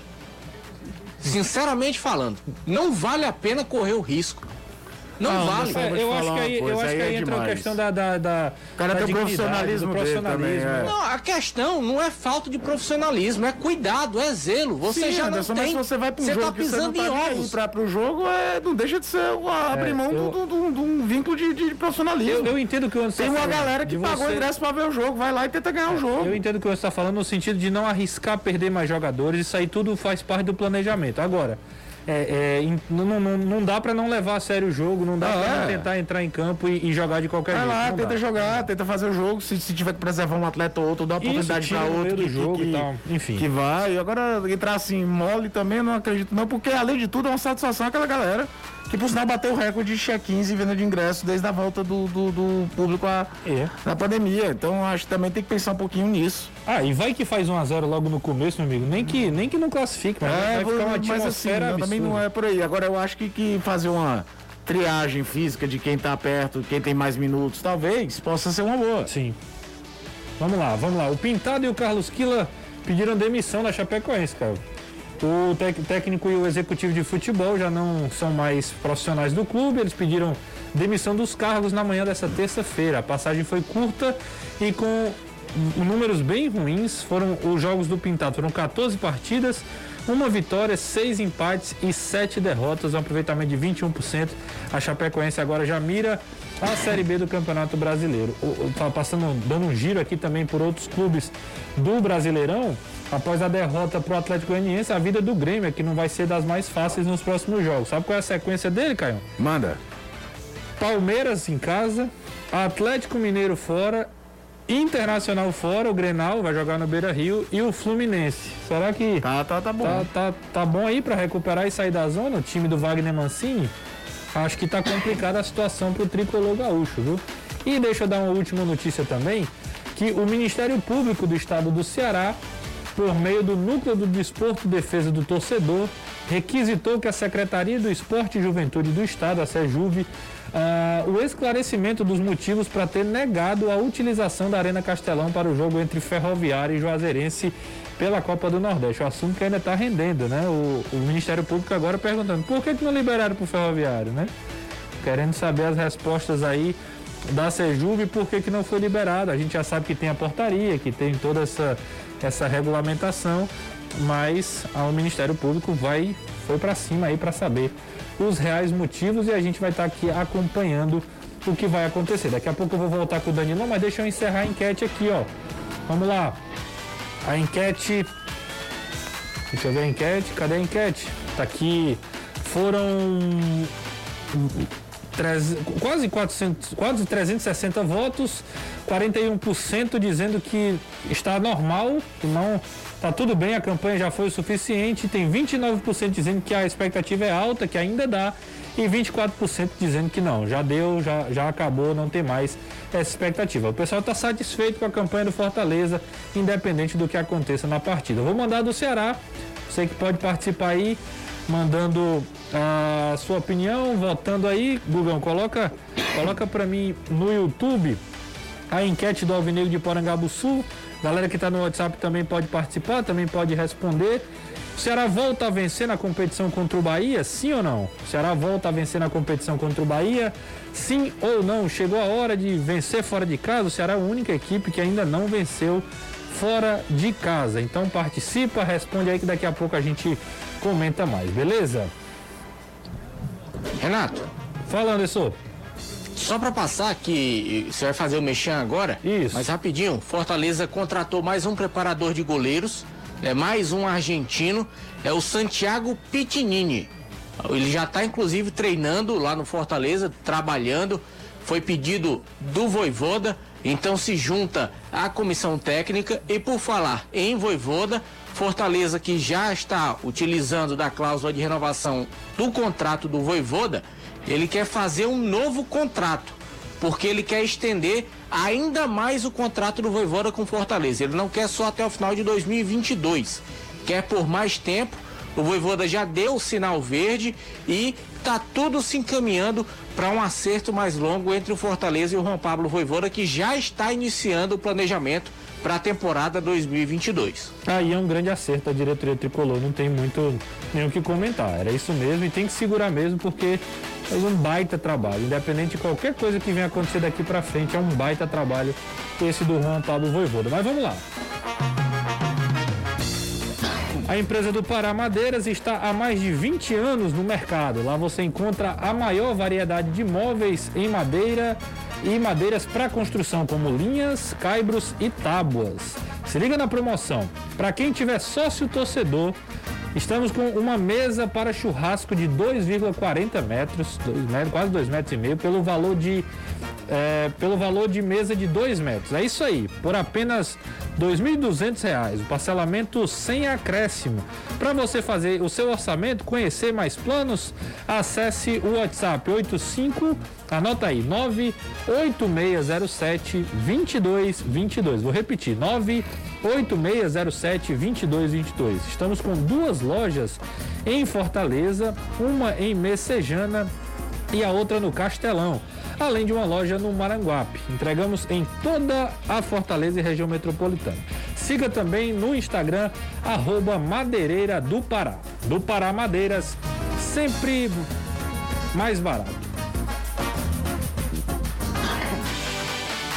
Sinceramente falando, não vale a pena correr o risco. Não Ah, vale. mas É, vou te eu falar acho que uma aí, eu coisa, acho aí que aí é entra a demais. questão da. da, da O cara da tem o dignidade, profissionalismo do dele profissionalismo. também, é. Não, a questão não é falta de profissionalismo, é cuidado, é zelo. Você Sim, já Anderson, não mas tem. se você vai para um você jogo tá que você não pisando tá em nem aí ovos. pra, pro jogo, é, não deixa de ser uma, abrir mão eu- do, do, do- de um vínculo de, de profissionalismo. Eu, eu entendo que o Anderson Tem tá uma falando, galera que de pagou você- ingresso pra ver o jogo, vai lá e tenta ganhar o jogo. Eu entendo o que você está falando no sentido de não arriscar perder mais jogadores, isso aí tudo faz parte do planejamento. Agora, é, é, em- não, não, não dá para não levar a sério o jogo, não dá Ah, para é. não tentar entrar em campo e, e jogar de qualquer Vai jeito. lá, não tenta dá. jogar, tenta fazer o jogo. Se, se tiver que preservar um atleta ou outro, dá uma Isso, oportunidade tira pra no outro meio do que, jogo que, e tal. Enfim. que vai. E agora entrar assim, mole também, eu não acredito não, porque além de tudo é uma satisfação aquela galera que por sinal bateu o recorde de check-ins e venda de ingressos desde a volta do, do, do público a, É. na pandemia. Então acho que também tem que pensar um pouquinho nisso. Ah, e vai que faz um a zero logo no começo, meu amigo. Nem que, nem que não classifique, mas vai ficar uma mas assim, atmosfera não, também absurda. não é por aí. Agora eu acho que, que fazer uma triagem física de quem tá perto, quem tem mais minutos, talvez possa ser uma boa. Sim. Vamos lá, vamos lá. O Pintado e o Carlos Quila pediram demissão da Chapecoense, cara. O tec- técnico e o executivo de futebol já não são mais profissionais do clube, eles pediram demissão dos cargos na manhã dessa terça-feira. A passagem foi curta e com números bem ruins. Foram os jogos do Pintado, foram quatorze partidas, uma vitória, seis empates e sete derrotas, um aproveitamento de vinte e um por cento. A Chapecoense agora já mira a Série B do Campeonato Brasileiro. Tá passando, dando um giro aqui também por outros clubes do Brasileirão. Após a derrota para o Atlético Goianiense, a vida do Grêmio, que não vai ser das mais fáceis nos próximos jogos. Sabe qual é a sequência dele, Caio? Manda. Palmeiras em casa, Atlético Mineiro fora, Internacional fora, o Grenal vai jogar no Beira-Rio e o Fluminense. Será que Tá, tá, tá bom. tá, tá, tá bom aí para recuperar e sair da zona? O time do Wagner Mancini? Acho que tá complicada a situação pro tricolor gaúcho, viu? E deixa eu dar uma última notícia também, que o Ministério Público do Estado do Ceará, por meio do Núcleo do Desporto e Defesa do Torcedor, requisitou que a Secretaria do Esporte e Juventude do Estado, a SEJUV, uh, o esclarecimento dos motivos para ter negado a utilização da Arena Castelão para o jogo entre Ferroviária e Juazeirense pela Copa do Nordeste. O assunto que ainda está rendendo, né? O, o Ministério Público agora perguntando por que, que não liberaram para o Ferroviário, né? Querendo saber as respostas aí da SEJUV e por que, que não foi liberado. A gente já sabe que tem a portaria, que tem toda essa, essa regulamentação, mas o Ministério Público vai, foi para cima aí para saber os reais motivos e a gente vai estar tá aqui acompanhando o que vai acontecer. Daqui a pouco eu vou voltar com o Danilo, mas deixa eu encerrar a enquete aqui, ó. Vamos lá. A enquete... Deixa eu ver a enquete. Cadê a enquete? Tá aqui. Foram... quase quatrocentos, quase trezentos e sessenta votos, quarenta e um por cento dizendo que está normal, que não está tudo bem, a campanha já foi o suficiente, tem vinte e nove por cento dizendo que a expectativa é alta, que ainda dá, e vinte e quatro por cento dizendo que não, já deu, já, já acabou, não tem mais essa expectativa. O pessoal está satisfeito com a campanha do Fortaleza, independente do que aconteça na partida. Vou mandar do Ceará, você que pode participar aí, mandando a sua opinião, votando aí. Gugão, coloca, coloca para mim no YouTube a enquete do Alvinegro de Porangabuçu. Galera que está no WhatsApp também pode participar, também pode responder. O Ceará volta a vencer na competição contra o Bahia, sim ou não? O Ceará volta a vencer na competição contra o Bahia, sim ou não? Chegou a hora de vencer fora de casa. O Ceará é a única equipe que ainda não venceu fora de casa. Então participa, responde aí que daqui a pouco a gente comenta mais, beleza? Renato. Fala, Anderson. Só para passar que você vai fazer o mexão agora. Isso. Mas rapidinho, Fortaleza contratou mais um preparador de goleiros, é mais um argentino, é o Santiago Pitinini. Ele já está inclusive treinando lá no Fortaleza, trabalhando. Foi pedido do Vojvoda, então se junta à comissão técnica. E por falar em Vojvoda, Fortaleza, que já está utilizando da cláusula de renovação do contrato do Vojvoda, ele quer fazer um novo contrato, porque ele quer estender ainda mais o contrato do Vojvoda com Fortaleza. Ele não quer só até o final de dois mil e vinte e dois, quer por mais tempo. O Vojvoda já deu o sinal verde e tá tudo se encaminhando para um acerto mais longo entre o Fortaleza e o Juan Pablo Vojvoda, que já está iniciando o planejamento para a temporada dois mil e vinte e dois. Aí é um grande acerto da diretoria tricolor, não tem muito nem o que comentar. Era isso mesmo e tem que segurar mesmo, porque faz um baita trabalho. Independente de qualquer coisa que venha acontecer daqui para frente, é um baita trabalho esse do Juan Pablo Vojvoda. Mas vamos lá. A empresa do Pará Madeiras está há mais de vinte anos no mercado. Lá você encontra a maior variedade de móveis em madeira e madeiras para construção, como linhas, caibros e tábuas. Se liga na promoção. Para quem tiver sócio torcedor, estamos com uma mesa para churrasco de dois vírgula quarenta metros, dois metros, quase dois metros e meio, pelo valor de é, pelo valor de mesa de dois metros. É isso aí, por apenas dois mil e duzentos reais, o parcelamento sem acréscimo. Para você fazer o seu orçamento, conhecer mais planos, acesse o WhatsApp oitenta e cinco, anota aí, nove oito seis zero sete, dois dois dois dois. Vou repetir, nove oito seis zero sete, dois dois dois dois. Estamos com duas lojas em Fortaleza, uma em Messejana e a outra no Castelão, além de uma loja no Maranguape. Entregamos em toda a Fortaleza e região metropolitana. Siga também no Instagram, arroba Madeireira do Pará. Do Pará Madeiras, sempre mais barato.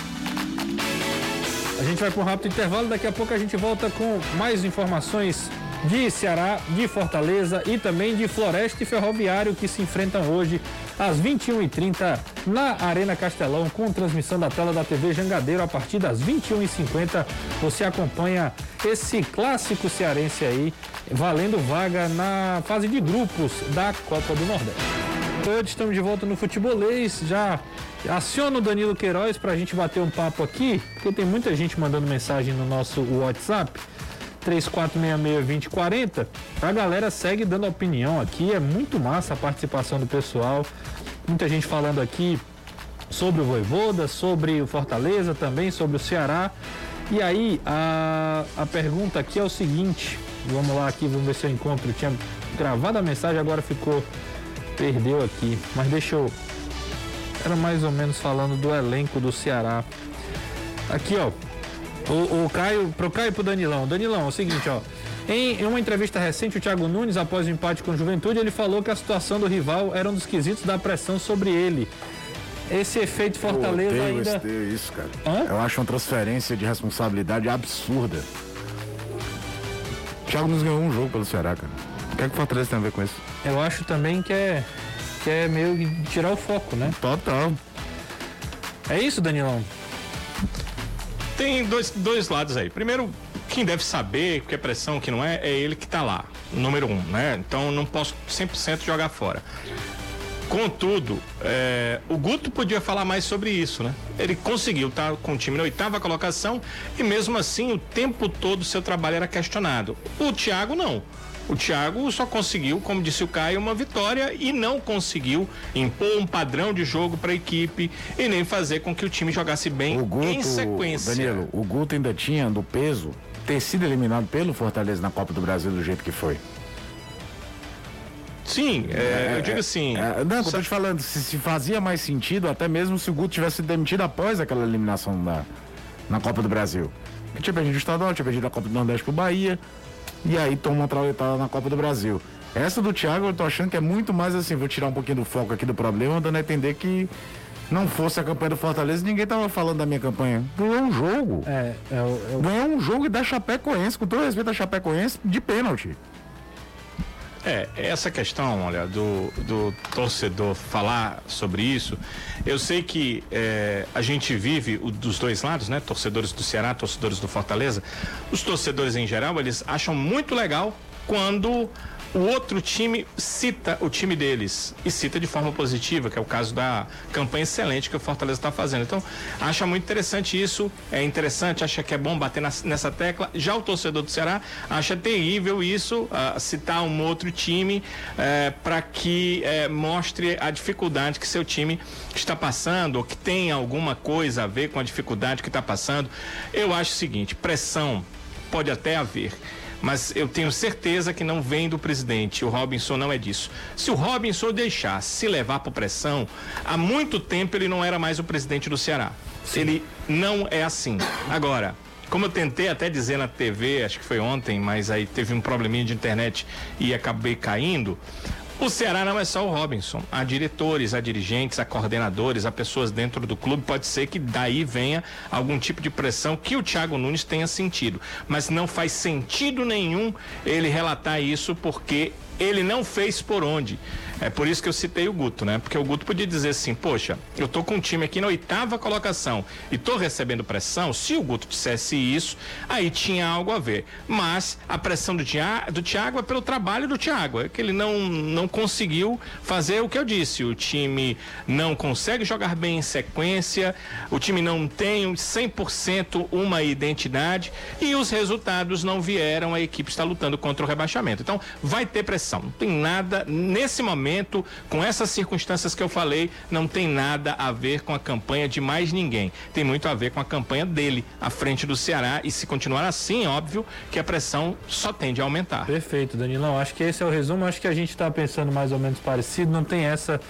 A gente vai para um rápido intervalo, daqui a pouco a gente volta com mais informações de Ceará, de Fortaleza e também de Floresta e Ferroviário, que se enfrentam hoje às vinte e uma e trinta na Arena Castelão, com transmissão da tela da T V Jangadeiro. A partir das vinte e uma e cinquenta você acompanha esse clássico cearense aí, valendo vaga na fase de grupos da Copa do Nordeste. Hoje estamos de volta no Futebolês. Já aciona o Danilo Queiroz para a gente bater um papo aqui, porque tem muita gente mandando mensagem no nosso WhatsApp três quatro seis seis, dois zero quatro zero. A galera segue dando opinião aqui, é muito massa a participação do pessoal. Muita gente falando aqui sobre o Vojvoda, sobre o Fortaleza também, sobre o Ceará. E aí, a, a pergunta aqui é o seguinte, vamos lá aqui, vamos ver se eu encontro. Eu tinha gravado a mensagem, agora ficou, perdeu aqui, mas deixa eu, era mais ou menos falando do elenco do Ceará. Aqui, ó, o, o Caio, pro Caio e pro Danilão. Danilão, é o seguinte, ó, em, em uma entrevista recente, o Thiago Nunes, após o empate com o Juventude, ele falou que a situação do rival era um dos quesitos da pressão sobre ele. Esse efeito Fortaleza eu ainda... odeio isso, cara. Hã? Eu acho uma transferência de responsabilidade absurda. O Thiago Nunes ganhou um jogo pelo Ceará, cara. O que é que o Fortaleza tem a ver com isso? Eu acho também que é, que é meio que tirar o foco, né? Total. É isso, Danilão? Tem dois, dois lados aí. Primeiro, quem deve saber o que é pressão, o que não é, é ele que tá lá, número um, né? Então não posso cem por cento jogar fora. Contudo, é, o Guto podia falar mais sobre isso, né? Ele conseguiu estar com o time na oitava colocação e mesmo assim o tempo todo o seu trabalho era questionado. O Thiago não. O Thiago só conseguiu, como disse o Caio, uma vitória e não conseguiu impor um padrão de jogo para a equipe e nem fazer com que o time jogasse bem o Guto, em sequência. Danilo, o Guto ainda tinha do peso ter sido eliminado pelo Fortaleza na Copa do Brasil do jeito que foi. Sim, é, eu digo assim. É, não, eu tô te falando, se, se fazia mais sentido, até mesmo se o Guto tivesse sido demitido após aquela eliminação na, na Copa do Brasil. Que tinha perdido o estadual, tinha perdido a Copa do Nordeste pro Bahia. E aí toma uma trauletada na Copa do Brasil. Essa do Thiago eu tô achando que é muito mais assim, vou tirar um pouquinho do foco aqui do problema, dando a entender que não fosse a campanha do Fortaleza, ninguém tava falando da minha campanha. Ganhou um jogo. É, é, o, é o... Ganhou um jogo e da Chapecoense, com todo respeito à Chapecoense, de pênalti. É, essa questão, olha, do, do torcedor falar sobre isso, eu sei que é, a gente vive o, dos dois lados, né? Torcedores do Ceará, torcedores do Fortaleza. Os torcedores em geral, eles acham muito legal quando o outro time cita o time deles e cita de forma positiva, que é o caso da campanha excelente que o Fortaleza está fazendo. Então, acha muito interessante isso, é interessante, acha que é bom bater na, nessa tecla. Já o torcedor do Ceará acha terrível isso, uh, citar um outro time uh, para que uh, mostre a dificuldade que seu time está passando ou que tem alguma coisa a ver com a dificuldade que está passando. Eu acho o seguinte, pressão pode até haver, mas eu tenho certeza que não vem do presidente. O Robinson não é disso. Se o Robinson deixasse se levar por pressão, há muito tempo ele não era mais o presidente do Ceará. Sim. Ele não é assim. Agora, como eu tentei até dizer na T V, acho que foi ontem, mas aí teve um probleminha de internet e acabei caindo. O Ceará não é só o Robinson, há diretores, há dirigentes, há coordenadores, há pessoas dentro do clube, pode ser que daí venha algum tipo de pressão que o Thiago Nunes tenha sentido, mas não faz sentido nenhum ele relatar isso porque ele não fez por onde. É por isso que eu citei o Guto, né? Porque o Guto podia dizer assim, poxa, eu tô com um time aqui na oitava colocação e tô recebendo pressão. Se o Guto dissesse isso, aí tinha algo a ver. Mas a pressão do, Tia, do Thiago é pelo trabalho do Thiago, é que ele não, não conseguiu fazer o que eu disse. O time não consegue jogar bem em sequência, o time não tem cem por cento uma identidade e os resultados não vieram, a equipe está lutando contra o rebaixamento. Então, vai ter pressão. Não tem nada, nesse momento, com essas circunstâncias que eu falei, não tem nada a ver com a campanha de mais ninguém. Tem muito a ver com a campanha dele, à frente do Ceará, e se continuar assim, óbvio que a pressão só tende a aumentar. Perfeito, Danilão. Acho que esse é o resumo. Acho que a gente está pensando mais ou menos parecido. Não tem essa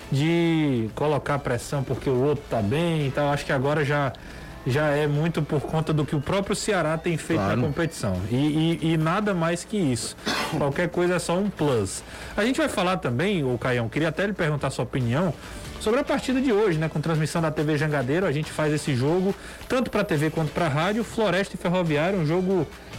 de colocar pressão porque o outro tá bem e tal. Acho que agora já... já é muito por conta do que o próprio Ceará tem feito claro. na competição. E, e, e nada mais que isso. Qualquer coisa é só um plus. A gente vai falar também, ô Caião, queria até lhe perguntar a sua opinião sobre a partida de hoje, né? Com transmissão da T V Jangadeiro, a gente faz esse jogo tanto para T V quanto para rádio, Floresta e Ferroviário, um jogo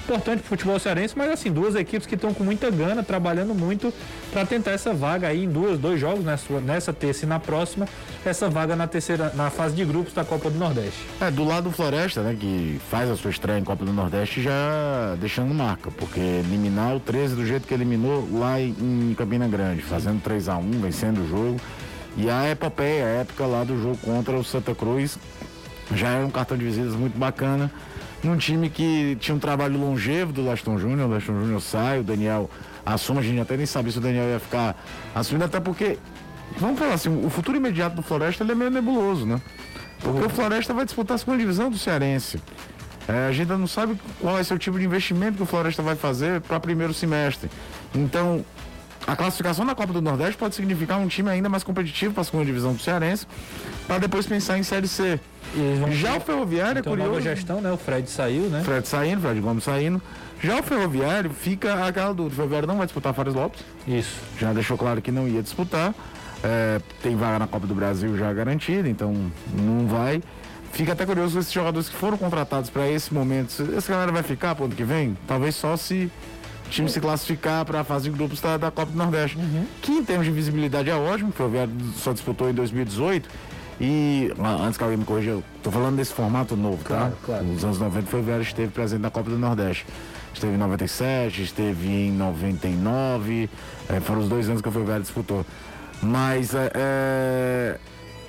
importante pro futebol cearense, mas assim, duas equipes que estão com muita gana, trabalhando muito para tentar essa vaga aí em duas, dois jogos, nessa, nessa terça e na próxima, essa vaga na terceira, na fase de grupos da Copa do Nordeste. É, do lado do Floresta, né, que faz a sua estreia em Copa do Nordeste já deixando marca, porque eliminar o treze do jeito que eliminou lá em, em Campina Grande, fazendo três a um, vencendo o jogo, e a epopeia, a época lá do jogo contra o Santa Cruz, já era um cartão de visitas muito bacana, num time que tinha um trabalho longevo do Leston Júnior, o Leston Júnior sai, o Daniel assume, a gente até nem sabia se o Daniel ia ficar assumindo, até porque, vamos falar assim, o futuro imediato do Floresta ele é meio nebuloso, né? Porque o Floresta vai disputar a segunda divisão do Cearense. É, a gente ainda não sabe qual vai ser o tipo de investimento que o Floresta vai fazer para primeiro semestre. Então, a classificação na Copa do Nordeste pode significar um time ainda mais competitivo para a segunda divisão do Cearense, para depois pensar em Série C. Já ter... o Ferroviário então, é curioso. Nova gestão, né? O Fred saiu, né? Fred saindo, Fred Gomes saindo. Já o Ferroviário fica aquela dúvida. O Ferroviário não vai disputar Fares Lopes. Isso. Já deixou claro que não ia disputar. É, tem vaga na Copa do Brasil já garantida, então não vai. Fica até curioso esses jogadores que foram contratados para esse momento. Essa galera vai ficar pro ano que vem? Talvez só se o time se classificar para a fase de grupos da, da Copa do Nordeste. Uhum. Que em termos de visibilidade é ótimo, o Ferroviário só disputou em dois mil e dezoito. E antes que alguém me corrija, eu tô falando desse formato novo, claro, tá? Claro. Nos anos noventa o Ferroviário esteve presente na Copa do Nordeste. Esteve em noventa e sete, esteve em noventa e nove, é, foram os dois anos que o Ferroviário disputou. Mas é, é...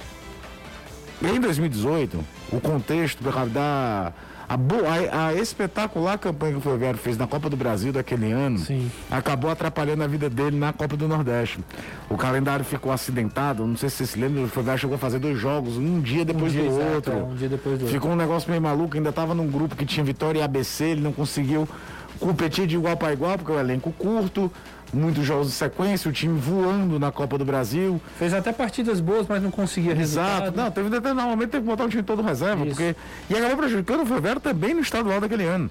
em dois mil e dezoito, o contexto da a, boa, a, a espetacular campanha que o Ferroviário fez na Copa do Brasil daquele ano, sim, acabou atrapalhando a vida dele na Copa do Nordeste. O calendário ficou acidentado, não sei se você se lembra, o Ferroviário chegou a fazer dois jogos, um dia depois um dia, do exato, outro. É, um dia depois do outro. Ficou um negócio meio maluco, ainda estava num grupo que tinha Vitória e A B C, ele não conseguiu competir de igual para igual, porque o elenco curto, muitos jogos de sequência, o time voando na Copa do Brasil. Fez até partidas boas, mas não conseguia resultado. Exato. Não, teve até normalmente teve que botar o time todo reserva, isso, porque e acabou prejudicando o Ferroviário também no estadual daquele ano.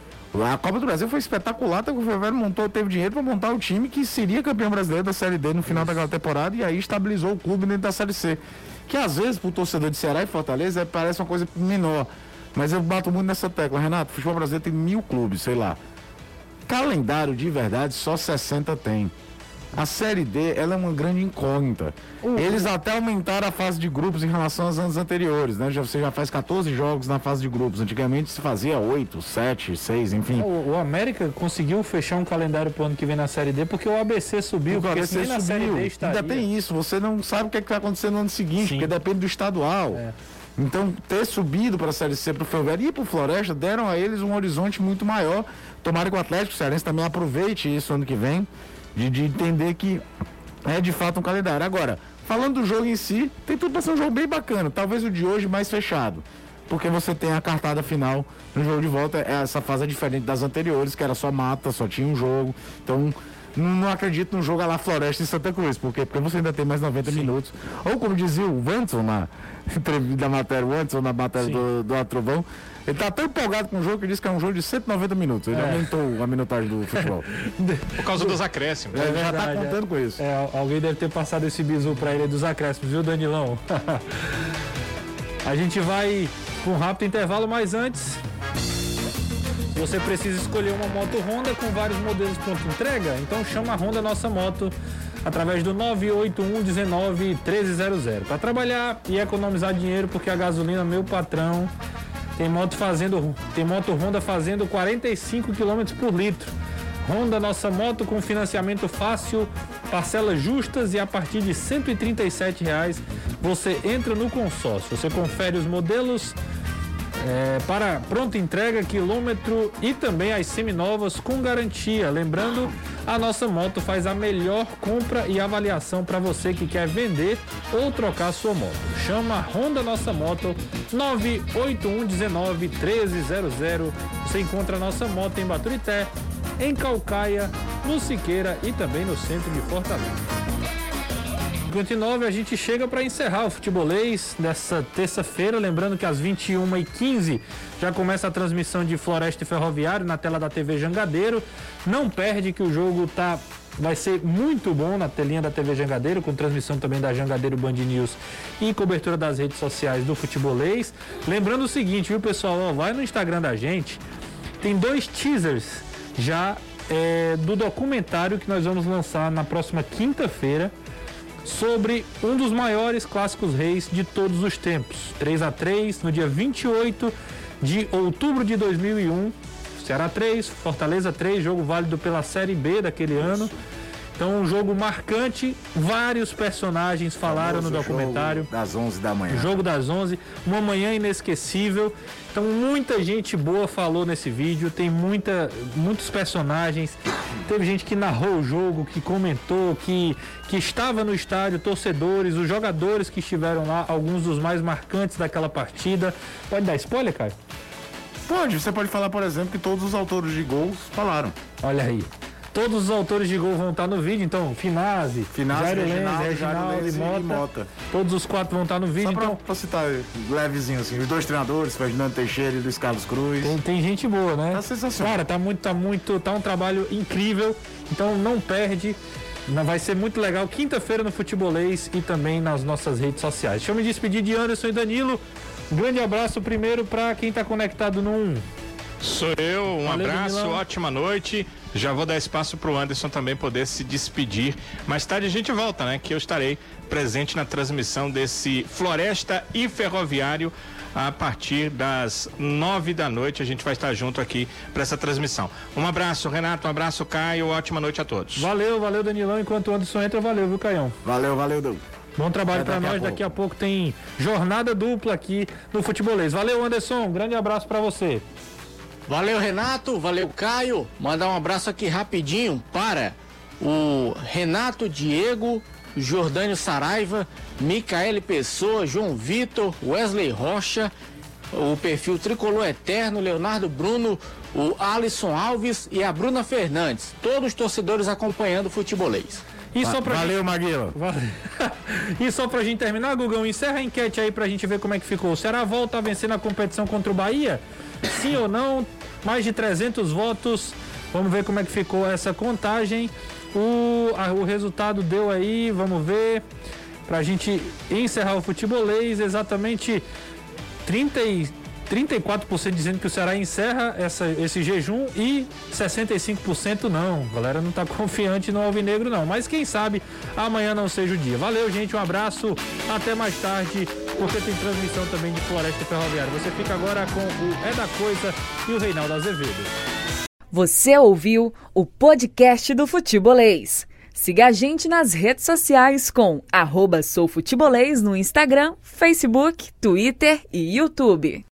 A Copa do Brasil foi espetacular, até que o Ferroviário montou, teve dinheiro para montar o time que seria campeão brasileiro da Série D no final isso. daquela temporada, e aí estabilizou o clube dentro da Série C. Que às vezes, pro torcedor de Ceará e Fortaleza, é, parece uma coisa menor. Mas eu bato muito nessa tecla. Renato, o futebol brasileiro tem mil clubes, sei lá. Calendário de verdade só sessenta tem. A Série D, ela é uma grande incógnita. Uhum. Eles até aumentaram a fase de grupos em relação aos anos anteriores, né? Já, você já faz catorze jogos na fase de grupos. Antigamente se fazia oito, sete, seis, enfim. O, o América conseguiu fechar um calendário pro ano que vem na Série D porque o A B C subiu. Porque o A B C na subiu. Série D estaria. Ainda tem isso, você não sabe o que, é que vai acontecer no ano seguinte, sim, porque depende do estadual. É. Então, ter subido para a Série C para o Ferroviário e para o Floresta deram a eles um horizonte muito maior. Tomara que o Atlético Cearense também aproveite isso ano que vem, de, de entender que é de fato um calendário. Agora, falando do jogo em si, tem tudo para ser um jogo bem bacana. Talvez o de hoje mais fechado, porque você tem a cartada final no jogo de volta. Essa fase é diferente das anteriores, que era só mata, só tinha um jogo. Então, não, não acredito no jogo lá Floresta em Santa Cruz. Por quê? Porque você ainda tem mais noventa sim. minutos. Ou como dizia o Wanderson na entrevista da matéria, o Wanderson na matéria sim. do, do Atrovão, ele tá tão empolgado com o jogo que disse que é um jogo de cento e noventa minutos. Ele é. aumentou a minutagem do futebol. Por causa dos acréscimos. É, é já tá contando é. com isso. É, alguém deve ter passado esse bizu pra ele dos acréscimos, viu, Danilão? A gente vai com um rápido intervalo, mas antes, você precisa escolher uma moto Honda com vários modelos pronto entrega? Então chama a Honda Nossa Moto através do nove oito um um nove um três zero zero. Para trabalhar e economizar dinheiro, porque a gasolina, meu patrão, tem moto fazendo, tem moto Honda fazendo quarenta e cinco quilômetros por litro. Honda Nossa Moto com financiamento fácil, parcelas justas e a partir de cento e trinta e sete reais você entra no consórcio. Você confere os modelos É, para pronta entrega, quilômetro e também as seminovas com garantia. Lembrando, a Nossa Moto faz a melhor compra e avaliação para você que quer vender ou trocar sua moto. Chama Honda Nossa Moto nove oito um um nove um três zero zero. Você encontra a Nossa Moto em Baturité, em Calcaia, no Siqueira e também no centro de Fortaleza. cinquenta e nove, a gente chega para encerrar o futebolês dessa terça-feira, lembrando que às vinte e uma e quinze já começa a transmissão de Floresta e Ferroviário na tela da T V Jangadeiro. Não perde que o jogo tá, vai ser muito bom na telinha da T V Jangadeiro, com transmissão também da Jangadeiro Band News e cobertura das redes sociais do futebolês. Lembrando o seguinte, viu, pessoal, ó, vai no Instagram da gente, tem dois teasers já é, do documentário que nós vamos lançar na próxima quinta-feira sobre um dos maiores clássicos reis de todos os tempos. três a três, no dia vinte e oito de outubro de dois mil e um. Ceará três, Fortaleza três, jogo válido pela Série B daquele ano. Então, um jogo marcante, vários personagens falaram no documentário. Jogo das onze da manhã. O jogo das onze, uma manhã inesquecível. Então, muita gente boa falou nesse vídeo, tem muita, muitos personagens. Teve gente que narrou o jogo, que comentou, que, que estava no estádio, torcedores, os jogadores que estiveram lá, alguns dos mais marcantes daquela partida. Pode dar spoiler, Caio? Pode, você pode falar, por exemplo, que todos os autores de gols falaram. Olha aí. Todos os autores de gol vão estar no vídeo, então, Finazzi, Finazzi, Jairo Lenz, Reginaldo, Reginaldo Jairo e Lenz Mota, e Mota. Todos os quatro vão estar no vídeo. Só pra, então, pra citar levezinho assim, os dois treinadores, Ferdinando Teixeira e Luiz Carlos Cruz. tem, tem gente boa, né? Tá sensacional. Cara, tá muito, tá muito, tá um trabalho incrível, então não perde. Vai ser muito legal, quinta-feira no Futebolês e também nas nossas redes sociais. Deixa eu me despedir de Anderson e Danilo. Um grande abraço primeiro para quem tá conectado no um. Sou eu, um Valeu, abraço, Danilão. ótima noite. Já vou dar espaço para o Anderson também poder se despedir. Mais tarde a gente volta, né? Que eu estarei presente na transmissão desse Floresta e Ferroviário a partir das nove da noite. A gente vai estar junto aqui para essa transmissão. Um abraço, Renato, um abraço, Caio, ótima noite a todos. Valeu, valeu, Danilão. Enquanto o Anderson entra, valeu, viu, Caião? Valeu, valeu, Doug. Bom trabalho Até para daqui a nós. pouco. Daqui a pouco tem jornada dupla aqui no Futebolês. Valeu, Anderson. Um grande abraço para você. Valeu, Renato, valeu, Caio. Mandar um abraço aqui rapidinho para o Renato Diego, Jordânio Saraiva, Micaele Pessoa, João Vitor, Wesley Rocha, o perfil Tricolor Eterno, Leonardo Bruno, o Alisson Alves e a Bruna Fernandes. Todos os torcedores acompanhando o Futebolês. E só pra Valeu, Maguila. Valeu. E só pra gente terminar, Gugão, encerra a enquete aí pra gente ver como é que ficou. O Ceará volta a vencer na competição contra o Bahia? Sim ou não? Mais de trezentos votos. Vamos ver como é que ficou essa contagem. O, a, o resultado deu aí, vamos ver. Pra gente encerrar o Futebolês, exatamente trinta e, trinta e quatro por cento dizendo que o Ceará encerra essa, esse jejum e sessenta e cinco por cento não. A galera não tá confiante no Alvinegro não, mas quem sabe amanhã não seja o dia. Valeu, gente, um abraço, até mais tarde, porque tem transmissão também de Floresta e Ferroviário. Você fica agora com o É da Coisa e o Reinaldo Azevedo. Você ouviu o podcast do Futebolês. Siga a gente nas redes sociais com arroba soufutebolês no Instagram, Facebook, Twitter e YouTube.